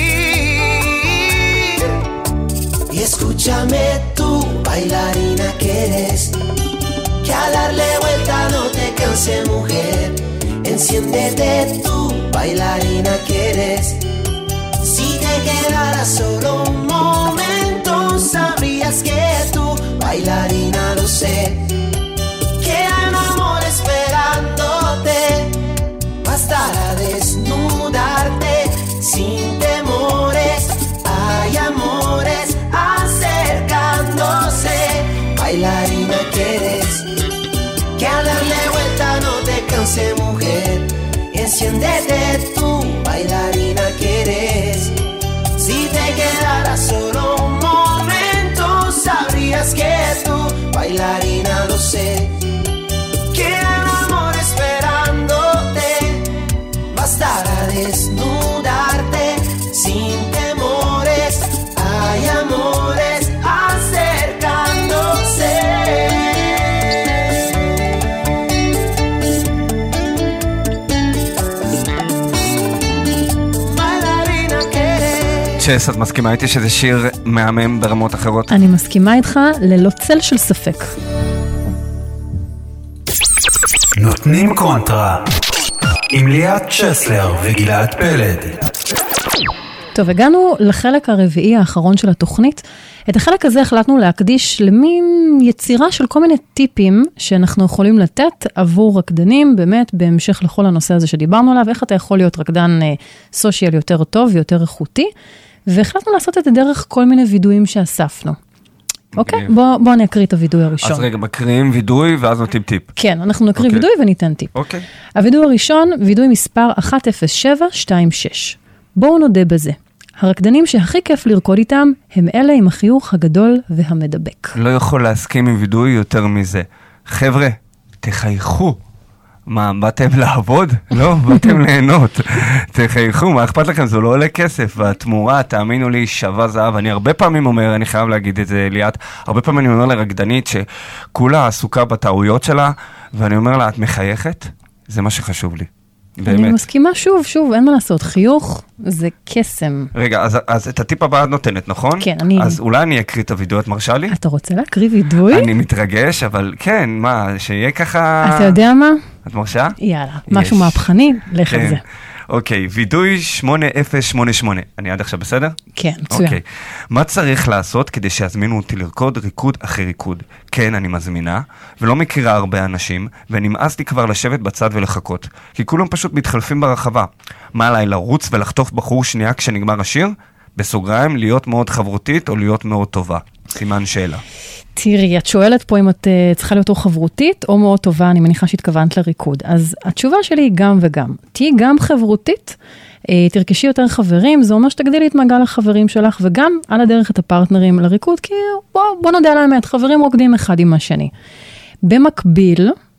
Y escúchame tú, bailarina que eres, que a darle vuelta no te canse, mujer. Enciéndete tú, bailarina que eres. Si te quedara solo un momento, sabrías que tú, bailarina, lo sé. Que hay un amor esperándote, bastará desnudarte sin temores. Hay amores acercándose, bailarina que eres. Que a darle vuelta no te canse, mujer. Enciéndete tú, bailarina que eres. Si te quedara solo un momento, sabrías que tú, bailarina, lo sé. Que hay un amor esperándote, bastará desnudarte sin temores. Hay amores acercándose.
צ'ס, את מסכימה איתי שזה שיר מהמם ברמות אחרות?
אני מסכימה איתך ללא צל של ספק.
נותנים קונטרה עם ליאת צ'סלר וגלעד פלד.
טוב, הגענו לחלק הרביעי האחרון של התוכנית. את החלק הזה החלטנו להקדיש למין יצירה של כל מיני טיפים שאנחנו יכולים לתת עבור רקדנים, באמת בהמשך לכל הנושא הזה שדיברנו עליו, איך אתה יכול להיות רקדן סושיאל יותר טוב ויותר איכותי, והחלטנו לעשות את זה דרך כל מיני וידויים שאספנו. אוקיי? בוא, בוא נקריא את הוידוי הראשון.
אז רגע, מקריאים וידוי ואז נותנים טיפ.
כן, אנחנו נקריא
אוקיי.
וידוי וניתן טיפ.
אוקיי.
הוידוי הראשון, וידוי מספר אחת אפס שבע שתיים שש. בואו נודה בזה. הרקדנים שהכי כיף לרקוד איתם, הם אלה עם החיוך הגדול והמדבק.
לא יכול להסכים עם וידוי יותר מזה. חבר'ה, תחייכו. מה, באתם לעבוד? לא, באתם ליהנות. תחייכו, מה אכפת לכם? זה לא עולה כסף, והתמורה, תאמינו לי, שווה זהב. אני הרבה פעמים אומר, אני חייב להגיד את זה, ליאת, הרבה פעמים אני אומר לרקדנית שכולה עסוקה בטעויות שלה, ואני אומר לה, את מחייכת? זה מה שחשוב לי. באמת.
אני מסכימה שוב, שוב, אין מה לעשות. חיוך זה קסם.
רגע, אז, אז את הטיפ הבא את נותנת, נכון?
כן, אני...
אז אולי אני אקריא את הוידאו, את מרשה לי?
אתה רוצה להקריא וידוי?
אני מתרגש, אבל כן, מה, שיהיה ככה...
אתה יודע מה?
את מרשה?
יאללה, משהו מהפכני, לך על זה.
אוקיי, וידוי שמונה אפס שמונה שמונה. אני עד עכשיו בסדר?
כן, מצוין.
אוקיי. מה צריך לעשות כדי שיזמינו אותי לרקוד ריקוד אחרי ריקוד? כן, אני מזמינה, ולא מכירה הרבה אנשים, ונמאס לי כבר לשבת בצד ולחכות, כי כולם פשוט מתחלפים ברחבה. מה עליי, לרוץ ולחטוף בחור שנייה כשנגמר השיר? בסוגריים, להיות מאוד חברותית או להיות מאוד טובה. סימן שאלה.
תראי, את שואלת פה אם את uh, צריכה להיות או חברותית או מאוד טובה, אני מניחה שהתכוונת לריקוד. אז התשובה שלי היא גם וגם. תהי גם חברותית, uh, תרכשי יותר חברים, זה אומר שתגדילי את מעגל החברים שלך, וגם על הדרך את הפרטנרים לריקוד, כי בוא, בוא נודע על האמת, חברים רוקדים אחד עם השני. במקביל,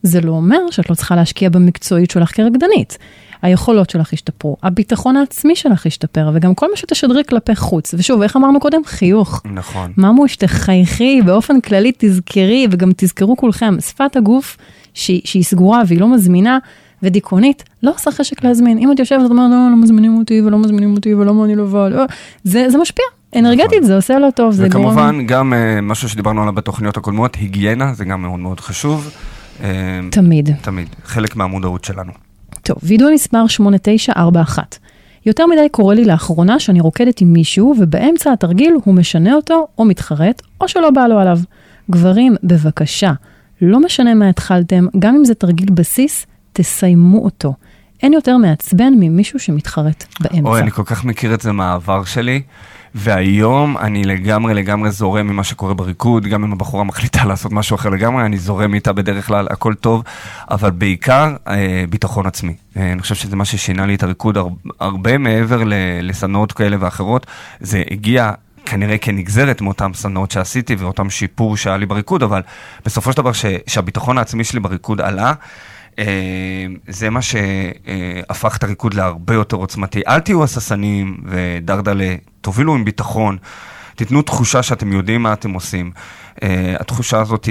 זה לא אומר שאת לא צריכה להשקיע במקצועית שלך כרקדנית. היכולות שלך ישתפרו, הביטחון העצמי שלך ישתפר, וגם כל מה שתשדרי כלפי חוץ. ושוב, איך אמרנו קודם? חיוך.
נכון.
ממוש, תחייכי, באופן כללי תזכרי, וגם תזכרו כולכם, שפת הגוף שהיא, שהיא סגורה והיא לא מזמינה, ודיכאונית, לא עושה חשק להזמין. אם את יושבת, את אומרת, לא, לא מזמינים אותי, ולא מזמינים אותי, ולא אני לבד. זה, זה משפיע. אנרגטית, זה עושה לא טוב.
וכמובן, גם משהו שדיברנו עליו בתוכניות הקודמות, היגיינה, זה גם מאוד מאוד חשוב.
תמיד.
תמיד. חלק מהמודעות שלנו.
טוב, וידוי מספר שמונה תשע ארבע אחת. יותר מדי קורה לי לאחרונה שאני רוקדת עם מישהו, ובאמצע התרגיל הוא משנה אותו, או מתחרט, או שלא בא לו עליו. גברים, בבקשה, לא משנה מה התחלתם, גם אם זה תרגיל בסיס, תסיימו אותו. אין יותר מעצבן ממישהו שמתחרט באמצע.
אוי, אני כל כך מכיר את זה מהעבר שלי, והיום אני לגמרי לגמרי זורם ממה שקורה בריקוד, גם אם הבחורה מחליטה לעשות משהו אחר לגמרי, אני זורם איתה בדרך כלל, הכל טוב, אבל בעיקר אה, ביטחון עצמי. אה, אני חושב שזה מה ששינה לי את הריקוד הר, הרבה מעבר לסדנאות כאלה ואחרות, זה הגיע כנראה כנגזרת מאותם סדנאות שעשיתי ואותם שיפור שהיה לי בריקוד, אבל בסופו של דבר ש, שהביטחון העצמי שלי בריקוד עלה, זה מה שהפך את הריקוד להרבה יותר עוצמתי. אל תהיו הססנים ודרדלה, תובילו עם ביטחון, תיתנו תחושה שאתם יודעים מה אתם עושים. התחושה הזאת,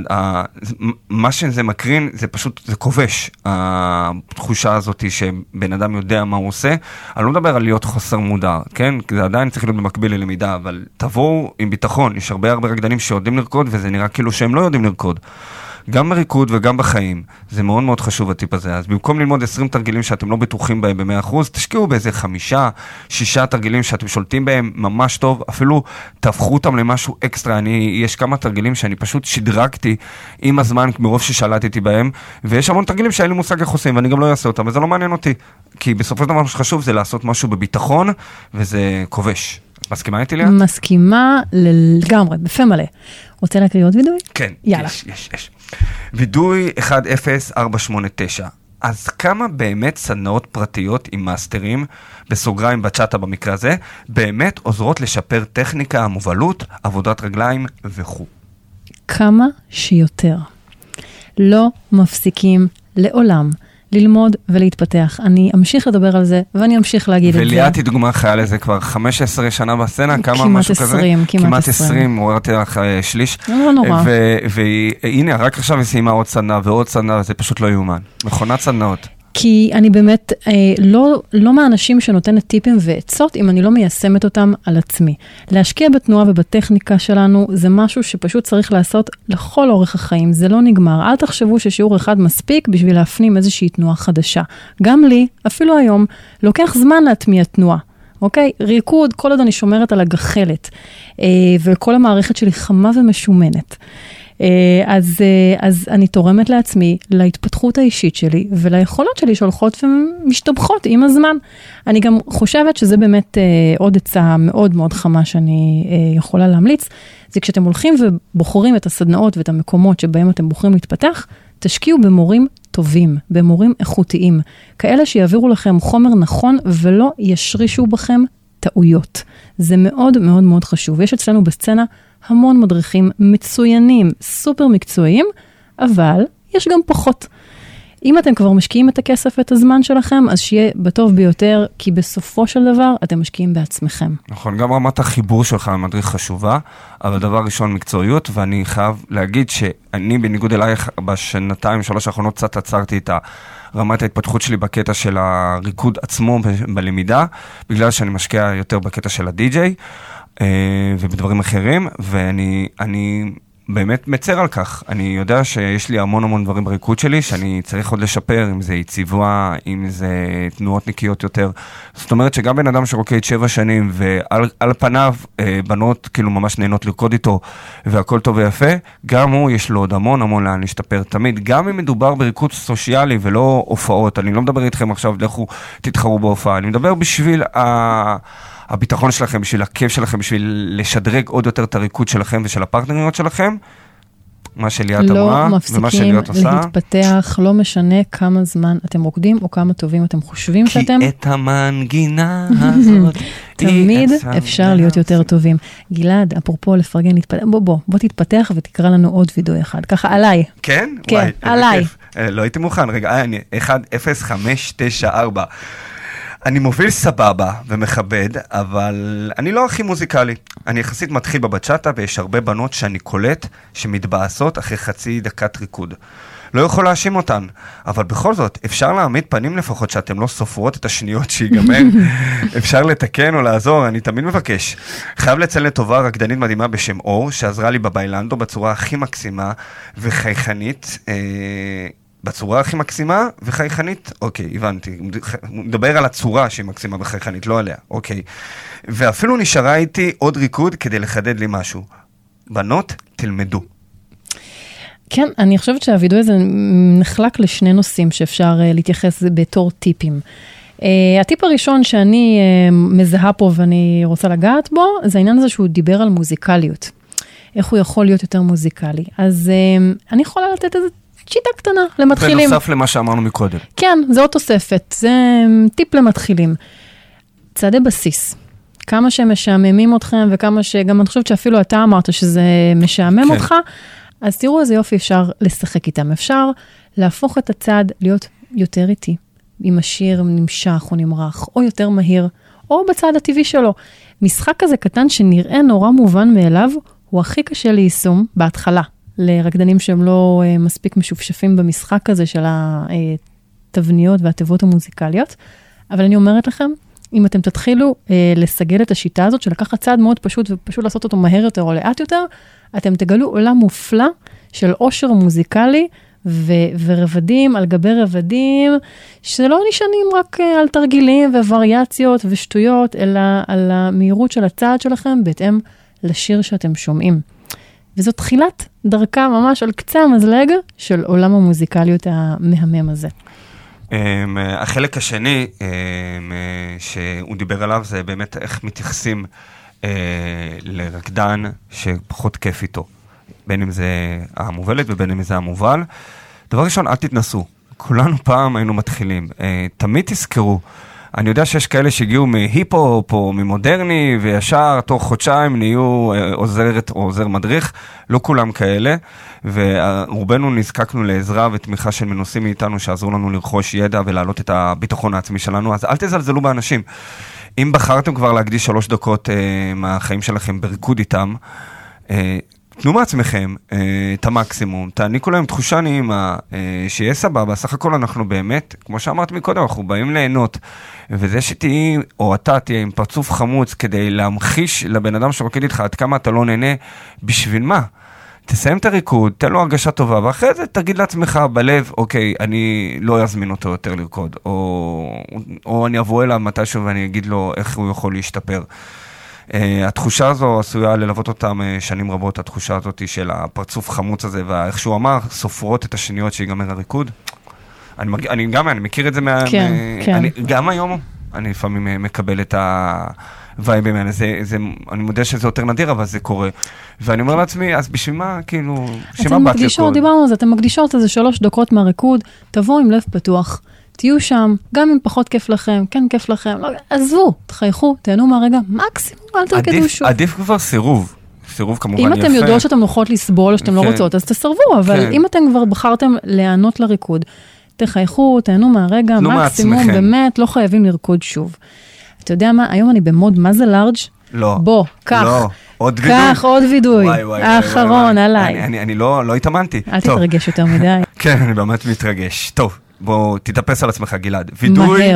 מה שזה מקרין, זה פשוט, זה כובש. התחושה הזאת שבן אדם יודע מה הוא עושה, אני לא מדבר על להיות חוסר מודע, כן? זה עדיין צריך להיות במקביל ללמידה, אבל תבואו עם ביטחון. יש הרבה הרבה רקדנים שיודעים לרקוד, וזה נראה כאילו שהם לא יודעים לרקוד. גם בריקוד וגם בחיים, זה מאוד מאוד חשוב הטיפ הזה. אז במקום ללמוד עשרים תרגילים שאתם לא בטוחים בהם ב-מאה אחוז, תשקיעו באיזה חמישה, שישה תרגילים שאתם שולטים בהם ממש טוב, אפילו תהפכו אותם למשהו אקסטרה. אני, יש כמה תרגילים שאני פשוט שדרגתי עם הזמן מרוב ששלטתי בהם, ויש המון תרגילים שאין לי מושג איך עושים, ואני גם לא אעשה אותם, וזה לא מעניין אותי. כי בסופו של דבר מה שחשוב זה לעשות משהו בביטחון, וזה כובש. מסכימה איתי ליאת?
מסכימה לגמרי, בפה מלא. רוצה להקריא עוד וידוי?
כן,
יאללה.
יש, יש, יש. וידוי אחת אפס ארבע שמונה תשע. אז כמה באמת סדנאות פרטיות עם מאסטרים, בסוגריים בצ'אטה במקרה הזה, באמת עוזרות לשפר טכניקה, מובלות, עבודת רגליים וכו'.
כמה שיותר. לא מפסיקים לעולם ללמוד ולהתפתח. אני אמשיך לדבר על זה, ואני אמשיך להגיד את זה.
וליאת היא דוגמה חיה לזה כבר חמש עשרה שנה בסצנה, כמה משהו כזה?
עשרים, כמעט עשרים.
כמעט עשרים, הורדתי לך שליש.
לא נורא.
והנה, רק עכשיו היא סיימה עוד סדנה ועוד סדנה, זה פשוט לא יאומן. מכונת סדנאות.
כי אני באמת אה, לא, לא מהאנשים שנותנת טיפים ועצות, אם אני לא מיישמת אותם על עצמי. להשקיע בתנועה ובטכניקה שלנו, זה משהו שפשוט צריך לעשות לכל אורך החיים, זה לא נגמר. אל תחשבו ששיעור אחד מספיק בשביל להפנים איזושהי תנועה חדשה. גם לי, אפילו היום, לוקח זמן להטמיע תנועה. אוקיי? ריקוד, כל עוד אני שומרת על הגחלת, אה, וכל המערכת שלי חמה ומשומנת. אז, אז אני תורמת לעצמי, להתפתחות האישית שלי, וליכולות שלי שהולכות ומשתבחות עם הזמן. אני גם חושבת שזה באמת עוד עצה מאוד מאוד חמה שאני יכולה להמליץ, זה כשאתם הולכים ובוחרים את הסדנאות ואת המקומות שבהם אתם בוחרים להתפתח, תשקיעו במורים טובים, במורים איכותיים, כאלה שיעבירו לכם חומר נכון ולא ישרישו בכם טעויות. זה מאוד מאוד מאוד חשוב. יש אצלנו בסצנה המון מדריכים מצוינים, סופר מקצועיים, אבל יש גם פחות. אם אתם כבר משקיעים את הכסף ואת הזמן שלכם, אז שיהיה בטוב ביותר, כי בסופו של דבר אתם משקיעים בעצמכם.
נכון, גם רמת החיבור שלך למדריך חשובה, אבל דבר ראשון מקצועיות, ואני חייב להגיד שאני בניגוד אלייך בשנתיים, שלוש האחרונות קצת עצרתי את רמת ההתפתחות שלי בקטע של הריקוד עצמו ב- בלמידה, בגלל שאני משקיע יותר בקטע של הדי-ג'יי, ובדברים אחרים, ואני אני באמת מצר על כך. אני יודע שיש לי המון המון דברים בריקוד שלי, שאני צריך עוד לשפר, אם זה יציבה, אם זה תנועות נקיות יותר. זאת אומרת שגם בן אדם שרוקד שבע שנים, ועל על פניו בנות כאילו ממש נהנות לרקוד איתו, והכל טוב ויפה, גם הוא יש לו עוד המון המון לאן להשתפר תמיד. גם אם מדובר בריקוד סוציאלי ולא הופעות, אני לא מדבר איתכם עכשיו, לכו תתחרו בהופעה, אני מדבר בשביל ה... הביטחון שלכם, בשביל הכיף שלכם, בשביל לשדרג עוד יותר את הריקוד שלכם ושל הפרטנריות שלכם, מה שליאת אמרה, ומה שליאת עושה.
לא מפסיקים להתפתח, לא משנה כמה זמן אתם רוקדים, או כמה טובים אתם חושבים שאתם.
כי את המנגינה הזאת,
תמיד אפשר להיות יותר טובים. גלעד, אפרופו לפרגן, בוא, בוא, בוא תתפתח ותקרא לנו עוד וידאו אחד. ככה, עליי.
כן?
כן, עליי.
לא הייתי מוכן, רגע, אני, אחד אפס חמש תשע ארבע. אני מוביל סבבה ומכבד, אבל אני לא הכי מוזיקלי. אני יחסית מתחיל בבצ'אטה, ויש הרבה בנות שאני קולט שמתבאסות אחרי חצי דקת ריקוד. לא יכול להאשים אותן, אבל בכל זאת, אפשר להעמיד פנים לפחות שאתם לא סופרות את השניות שיגמר. אפשר לתקן או לעזור, אני תמיד מבקש. חייב לציין לטובה רקדנית מדהימה בשם אור, שעזרה לי בביילנדו בצורה הכי מקסימה וחייכנית. אה... בצורה הכי מקסימה וחייכנית, אוקיי, הבנתי, מדבר על הצורה שהיא מקסימה וחייכנית, לא עליה, אוקיי. ואפילו נשארה איתי עוד ריקוד כדי לחדד לי משהו. בנות, תלמדו.
כן, אני חושבת שהוידאו הזה נחלק לשני נושאים שאפשר להתייחס בתור טיפים. הטיפ הראשון שאני מזהה פה ואני רוצה לגעת בו, זה העניין הזה שהוא דיבר על מוזיקליות. איך הוא יכול להיות יותר מוזיקלי. אז אני יכולה לתת איזה שיטה קטנה למתחילים.
בנוסף למה שאמרנו מקודם.
כן, זה עוד תוספת, זה טיפ למתחילים. צעדי בסיס. כמה שהם משעממים אתכם, וכמה שגם אני חושבת שאפילו אתה אמרת שזה משעמם כן. אותך, אז תראו איזה יופי אפשר לשחק איתם. אפשר להפוך את הצעד להיות יותר איטי, עם השיר נמשך או נמרח, או יותר מהיר, או בצעד הטבעי שלו. משחק כזה קטן שנראה נורא מובן מאליו, הוא הכי קשה ליישום בהתחלה. לרקדנים שהם לא uh, מספיק משופשפים במשחק הזה של התבניות והטבות המוזיקליות. אבל אני אומרת לכם, אם אתם תתחילו uh, לסגל את השיטה הזאת, של לקחת צעד מאוד פשוט, ופשוט לעשות אותו מהר יותר או לאט יותר, אתם תגלו עולם מופלא של עושר מוזיקלי, ו- ורבדים על גבי רבדים, שלא נשענים רק uh, על תרגילים ווריאציות ושטויות, אלא על המהירות של הצעד שלכם, בהתאם לשיר שאתם שומעים. וזו תחילת דרכה ממש על קצה המזלג של עולם המוזיקליות המהמם הזה.
החלק השני שהוא דיבר עליו זה באמת איך מתייחסים לרקדן שפחות כיף איתו. בין אם זה המובלת ובין אם זה המובל. דבר ראשון, אל תתנסו. כולנו פעם היינו מתחילים. תמיד תזכרו. אני יודע שיש כאלה שהגיעו מהיפ-הופ או ממודרני, וישר תוך חודשיים נהיו עוזרת או עוזר מדריך, לא כולם כאלה, ורובנו נזקקנו לעזרה ותמיכה של מנוסים מאיתנו, שעזרו לנו לרכוש ידע ולהעלות את הביטחון העצמי שלנו, אז אל תזלזלו באנשים. אם בחרתם כבר להקדיש שלוש דקות אה, מהחיים שלכם בריקוד איתם, אה, תנו מעצמכם אה, את המקסימום, תעניקו להם תחושה נעימה, אה, שיהיה סבבה, סך הכל אנחנו באמת, כמו שאמרת מקודם, אנחנו באים ליהנות, וזה שתהי, או אתה תהיה עם פרצוף חמוץ, כדי להמחיש לבן אדם שרוקד איתך, עד כמה אתה לא נהנה, בשביל מה? תסיים את הריקוד, תן לו הרגשה טובה, ואחרי זה תגיד לעצמך בלב, אוקיי, אני לא אזמין אותו יותר לרקוד, או, או אני אבוא אליו מתישהו ואני אגיד לו איך הוא יכול להשתפר. Uh, התחושה הזו עשויה ללוות אותם uh, שנים רבות, התחושה הזאת של הפרצוף חמוץ הזה, ואיך שהוא אמר, סופרות את השניות שיגמר הריקוד. אני, מג... אני גם, אני מכיר את זה מה...
כן,
מ...
כן.
אני, גם היום, אני לפעמים מקבל את הווייבים האלה, זה, זה, אני מודה שזה יותר נדיר, אבל זה קורה. ואני אומר לעצמי, אז בשביל מה, כאילו, שמה בת לרקוד?
דיברנו על זה, אתם מקדישות איזה שלוש דקות מהריקוד, תבואו עם לב פתוח. תהיו שם, גם אם פחות כיף לכם, כן כיף לכם, לא, עזבו, תחייכו, תהנו מהרגע, מקסימום, אל תרקדו שוב.
עדיף כבר סירוב, סירוב כמובן יפה.
אם אתם יודעות שאתם נוחות לסבול או שאתם לא רוצות, אז תסרבו, אבל אם אתם כבר בחרתם להיענות לריקוד, תחייכו, תהנו מהרגע, מקסימום, באמת, לא חייבים לרקוד שוב. אתה יודע מה, היום אני במוד, מה זה לארג'?
לא.
בוא, קח.
לא. עוד וידוי.
קח עוד וידוי. האחרון, עליי.
אני לא התאמנתי.
אל תתרגש יותר מדי.
כן, אני באמת מתרגש. טוב. בוא תתאפס על עצמך גלעד. וידוי,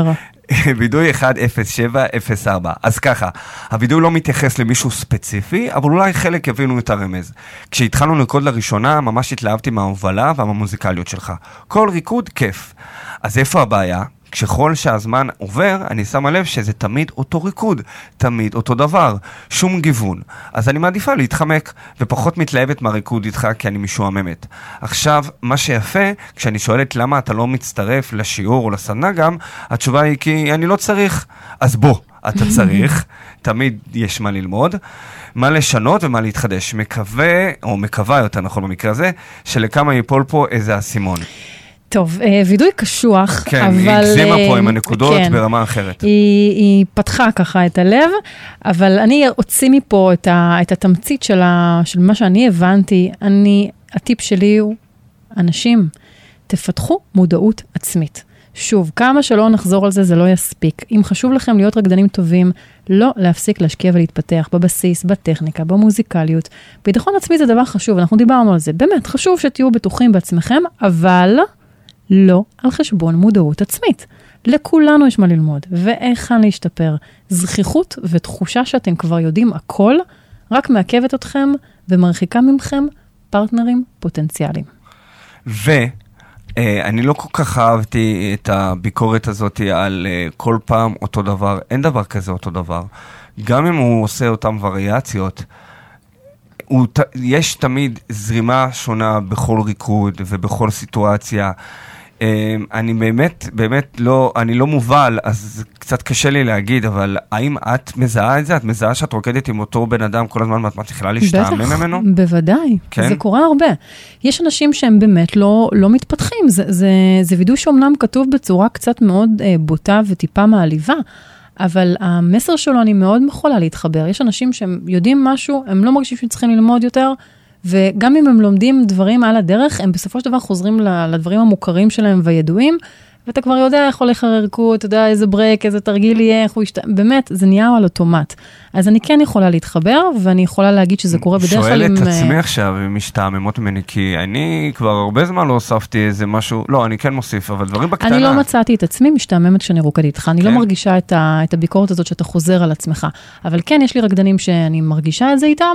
וידוי אחד אפס שבע אפס ארבע. אז ככה, הוידוי לא מתייחס למישהו ספציפי, אבל אולי חלק יבינו את הרמז. כשהתחלנו לרקוד לראשונה, ממש התלהבתי מההובלה והמוזיקליות שלך. כל ריקוד כיף. אז איפה הבעיה? כשכל שהזמן עובר, אני שם לב שזה תמיד אותו ריקוד, תמיד אותו דבר, שום גיוון. אז אני מעדיפה להתחמק, ופחות מתלהבת מהריקוד איתך, כי אני משועממת. עכשיו, מה שיפה, כשאני שואלת למה אתה לא מצטרף לשיעור או לסדנה גם, התשובה היא כי אני לא צריך. אז בוא, אתה צריך, תמיד יש מה ללמוד, מה לשנות ומה להתחדש. מקווה, או מקווה יותר נכון במקרה הזה, שלכמה ייפול פה איזה אסימון.
טוב, וידוי קשוח,
כן,
אבל...
היא הגזימה פה עם הנקודות כן, ברמה אחרת.
היא, היא פתחה ככה את הלב, אבל אני אוציא מפה את, ה, את התמצית של, ה, של מה שאני הבנתי. אני, הטיפ שלי הוא, אנשים, תפתחו מודעות עצמית. שוב, כמה שלא נחזור על זה, זה לא יספיק. אם חשוב לכם להיות רקדנים טובים, לא להפסיק להשקיע ולהתפתח בבסיס, בטכניקה, במוזיקליות. ביטחון עצמי זה דבר חשוב, אנחנו דיברנו על זה. באמת, חשוב שתהיו בטוחים בעצמכם, אבל לא על חשבון מודעות עצמית. לכולנו יש מה ללמוד, ואיכן להשתפר. זכיחות ותחושה שאתם כבר יודעים הכל, רק מעכבת אתכם ומרחיקה ממכם פרטנרים פוטנציאליים.
ו... אני לא כל כך אהבתי את הביקורת הזאת על כל פעם אותו דבר. אין דבר כזה אותו דבר. גם אם הוא עושה אותם וריאציות, הוא, יש תמיד זרימה שונה בכל ריקוד ובכל סיטואציה. אני באמת, באמת לא, אני לא מובל, אז קצת קשה לי להגיד, אבל האם את מזהה את זה? את מזהה שאת רוקדת עם אותו בן אדם כל הזמן, ואת מתחילה להשתעמם ממנו?
בוודאי,
כן?
זה קורה הרבה. יש אנשים שהם באמת לא, לא מתפתחים, זה, זה, זה וידוי שאומנם כתוב בצורה קצת מאוד אה, בוטה וטיפה מעליבה, אבל המסר שלו אני מאוד יכולה להתחבר. יש אנשים שהם יודעים משהו, הם לא מרגישים שצריכים ללמוד יותר, וגם אם הם לומדים דברים על הדרך, הם בסופו של דבר חוזרים לדברים המוכרים שלהם והידועים, ואתה כבר יודע איך הולך הריקוד, אתה יודע איזה ברק, איזה תרגיל יהיה, איך הוא ישת... באמת, זה נהיה על אוטומט. אז אני כן יכולה להתחבר, ואני יכולה להגיד שזה קורה בדרך כלל עם...
שואלת עצמי עכשיו, אם משתעממות ממני, כי אני כבר הרבה זמן לא הוספתי איזה משהו, לא, אני כן מוסיף, אבל דברים בקטנה.
אני לא מצאתי את עצמי משתעממת כשאני רוקדת איתך, אני לא מרגישה את, ה... את הביקורת הזאת שאתה חוזר על עצמך, אבל כן, יש לי רקדנים שאני מרגישה את זה איתם,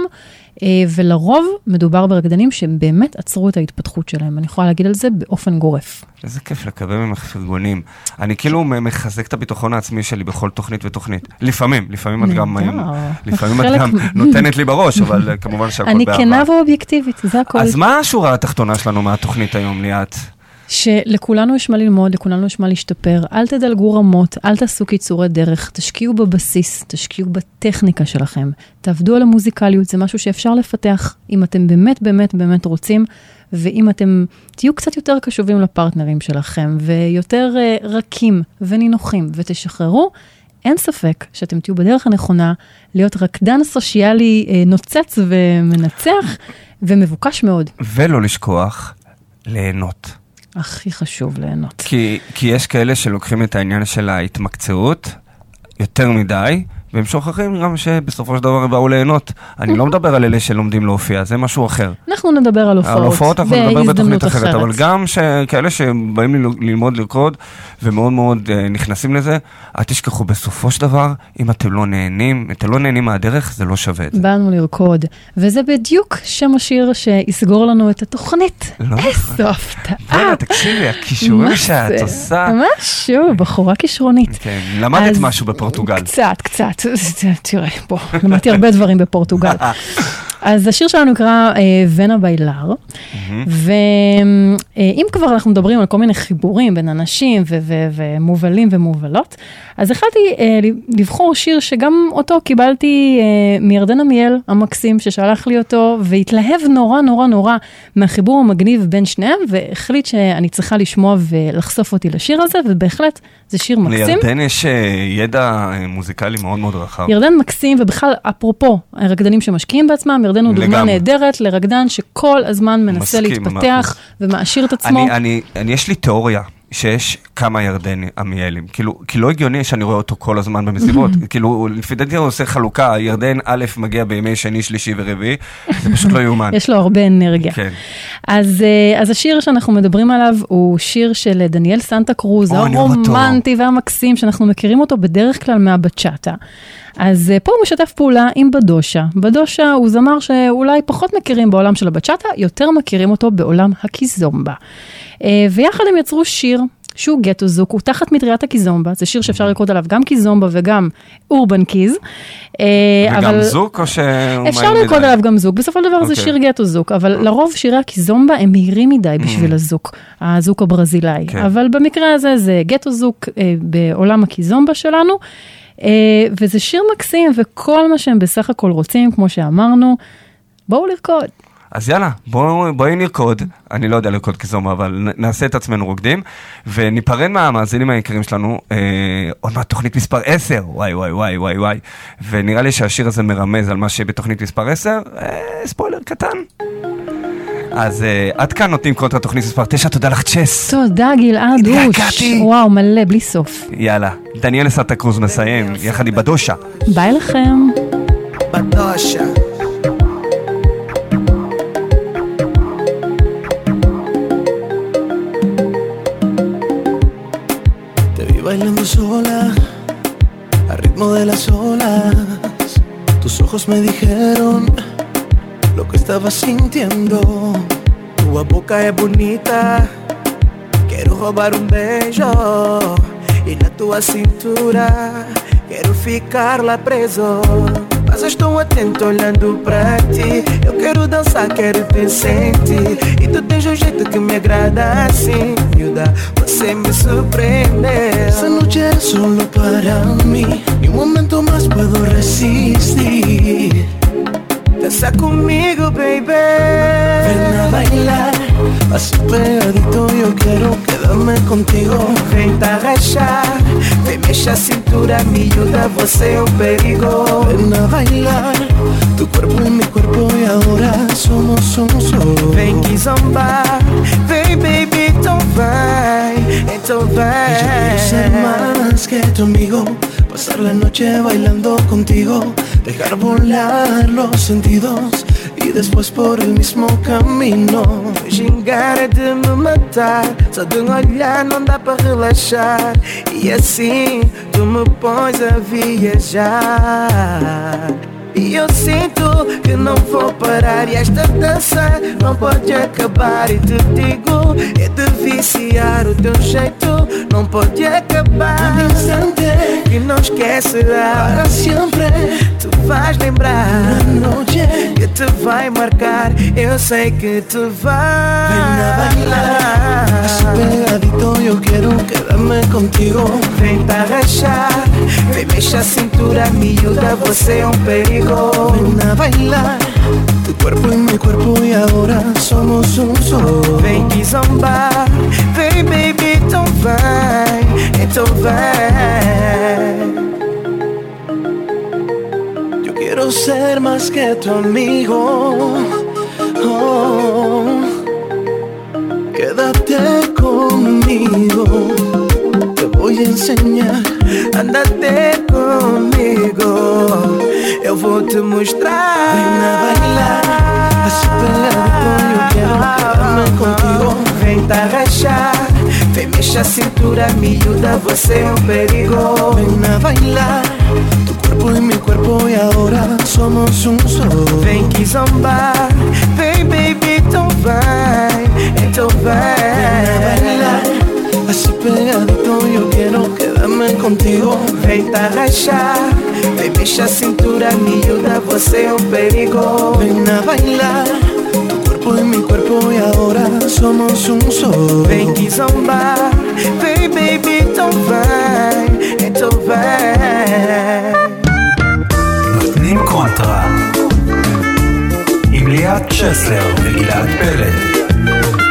ולרוב מדובר ברקדנים שבאמת עצרו את ההתפתחות שלהם. אני יכולה להגיד על זה באופן גורף.
איזה כיף לקבל ממך פרגונים. אני כאילו מחזק את הביטחון העצמי שלי בכל תוכנית ותוכנית. לפעמים, לפעמים את גם, לפעמים את גם נותנת לי בראש, אבל כמובן שהכל באהבה.
אני כנה ואובייקטיבית, זה הכל.
אז מה השורה התחתונה שלנו מהתוכנית היום, ליאת?
שלכולנו יש מה ללמוד, לכולנו יש מה להשתפר, אל תדלגו רמות, אל תעשו קיצורי דרך, תשקיעו בבסיס, תשקיעו בטכניקה שלכם, תעבדו על המוזיקליות, זה משהו שאפשר לפתח, אם אתם באמת באמת באמת רוצים, ואם אתם תהיו קצת יותר קשובים לפרטנרים שלכם, ויותר uh, רכים ונינוחים, ותשחררו, אין ספק שאתם תהיו בדרך הנכונה, להיות רקדן סושיאלי uh, נוצץ ומנצח, ומבוקש מאוד.
ולא לשכוח, ליהנות.
הכי חשוב ליהנות.
כי, כי יש כאלה שלוקחים את העניין של ההתמקצעות יותר מדי, והם שוכחים גם שבסופו של דבר הם באו ליהנות. אני לא מדבר על אלה שלומדים להופיע, זה משהו אחר.
אנחנו נדבר על הופעות.
על הופעות אנחנו נדבר בתוכנית אחרת, אבל גם כאלה שבאים ללמוד לרקוד, ומאוד מאוד נכנסים לזה, אל תשכחו בסופו של דבר, אם אתם לא נהנים, אתם לא נהנים מהדרך, זה לא שווה את זה.
באנו לרקוד, וזה בדיוק שם השיר שיסגור לנו את התוכנית. איזו הפתעה.
תקשיבי, הכישורים שאת עושה.
משהו, בחורה כישרונית.
כן, למדת משהו בפורטוגל.
קצת, קצת. תראה, פה, למדתי הרבה דברים בפורטוגל. אז השיר שלנו נקרא ונה ביילר, ואם כבר אנחנו מדברים על כל מיני חיבורים בין אנשים ומובלים ומובלות, אז החלטתי לבחור שיר שגם אותו קיבלתי מירדן עמיאל המקסים, ששלח לי אותו, והתלהב נורא נורא נורא מהחיבור המגניב בין שניהם, והחליט שאני צריכה לשמוע ולחשוף אותי לשיר הזה, ובהחלט זה שיר מקסים.
לירדן יש ידע מוזיקלי מאוד מאוד רחב.
ירדן מקסים, ובכלל, אפרופו, הרקדנים שמשקיעים בעצמם, ירדן הוא דוגמה נהדרת לרקדן שכל הזמן מנסה להתפתח ומעשיר את עצמו.
אני, אני, אני, יש לי תיאוריה שיש כמה ירדן עמיאלים. כאילו, כי לא הגיוני שאני רואה אותו כל הזמן במסיבות. כאילו, לפי דעתי הוא עושה חלוקה, ירדן א' מגיע בימי שני, שלישי ורביעי, זה פשוט לא יאומן.
יש לו הרבה אנרגיה.
כן.
אז, אז השיר שאנחנו מדברים עליו הוא שיר של דניאל סנטה קרוז, הרומנטי והמקסים, שאנחנו מכירים אותו בדרך כלל מהבצ'אטה. אז פה הוא משתף פעולה עם בדושה. בדושה הוא זמר שאולי פחות מכירים בעולם של הבצ'אטה, יותר מכירים אותו בעולם הקיזומבה. ויחד הם יצרו שיר שהוא גטו זוק, הוא תחת מטריית הקיזומבה, זה שיר שאפשר לקרוא עליו גם קיזומבה וגם אורבן קיז.
וגם אבל... זוק או שהוא
אפשר לקרוא עליו גם זוק, בסופו של דבר okay. זה שיר גטו זוק, אבל לרוב שירי הקיזומבה הם מהירים מדי בשביל הזוק, הזוק הברזילאי. Okay. אבל במקרה הזה זה גטו זוק בעולם הקיזומבה שלנו, וזה שיר מקסים, וכל מה שהם בסך הכל רוצים, כמו שאמרנו, בואו לרקוד.
אז יאללה, בואו בוא נרקוד, אני לא יודע לרקוד כזום, אבל נעשה את עצמנו רוקדים, וניפרד מהמאזינים היקרים שלנו, אה, עוד מעט תוכנית מספר עשר, וואי וואי וואי וואי וואי, ונראה לי שהשיר הזה מרמז על מה שבתוכנית מספר עשר, אה, ספוילר קטן. אז אה, עד כאן נותנים קונטרה תוכנית מספר תשע, תודה לך צ'ס.
תודה גלעד אוש, וואו מלא, בלי סוף.
יאללה, דניאל סנטה קרוז מסיים, יחד עם בדושה.
ביי לכם.
בדושה. Bailando sola, al ritmo de las olas. Tus ojos me dijeron lo que estaba sintiendo. Tu boca es bonita, quiero robar un beso. Y na tua cintura, quero ficar lá preso. Mas eu estou atento olhando pra ti. Eu quero dançar, quero te sentir. E tu tens um jeito que me agrada assim, miúda, você me surpreendeu. Essa noite é solo para mim, ni un momento más puedo resistir. Danza conmigo, baby. Ven a bailar, así pegadito yo quiero quedarme contigo. Vem te agachar, vem mexe a cintura, miúda, você é um perigo. Ven a bailar, tu cuerpo y mi cuerpo y ahora somos un solo. Vem que zombar, vem baby, então vai, então vai. Yo quiero ser más que tu amigo, pasar la noche bailando contigo, dejar volar los sentidos y después por el mismo camino. Gingar é de me matar, só de um olhar não dá pra relaxar. E assim tu me pões a viajar. E eu sinto que não vou parar. E esta dança não pode acabar. E te digo, é de viciar. O teu jeito não pode acabar. Um instante que não esquecerá para sempre. Tu vais lembrar uma noite que te vai marcar. Eu sei que te vai. Ven a bailar, así pegadito yo quiero quedarme contigo. Vem te agachar, vem mexe a cintura, miúda, você é um perigo. Ven a bailar, tu cuerpo y mi cuerpo y ahora somos un solo. Vem que zombar, vem baby, então vai, então vai. Yo quiero ser más que tu amigo. Oh, quédate conmigo, te voy a enseñar, andate conmigo. Eu vou te mostrar. Vem a bailar, así pegadito yo quiero quedarme contigo. Vem te agachar, vem mexe a cintura, miúda, você é um perigo. Ven a bailar, tu cuerpo y mi cuerpo y ahora somos un solo. Vem que zombar, vem baby, então vai, então vai. Ven a bailar, así pegadito yo quiero quedarme contigo. Vem te agachar, vem mexe a cintura, miúda, você é um perigo. Ven a bailar, tu cuerpo y mi cuerpo y ahora somos un solo. Vem que zombar, vem baby, então vai, então vai.
נותנים קונטרה עם ליאת צ'סלר וגלעד פלד.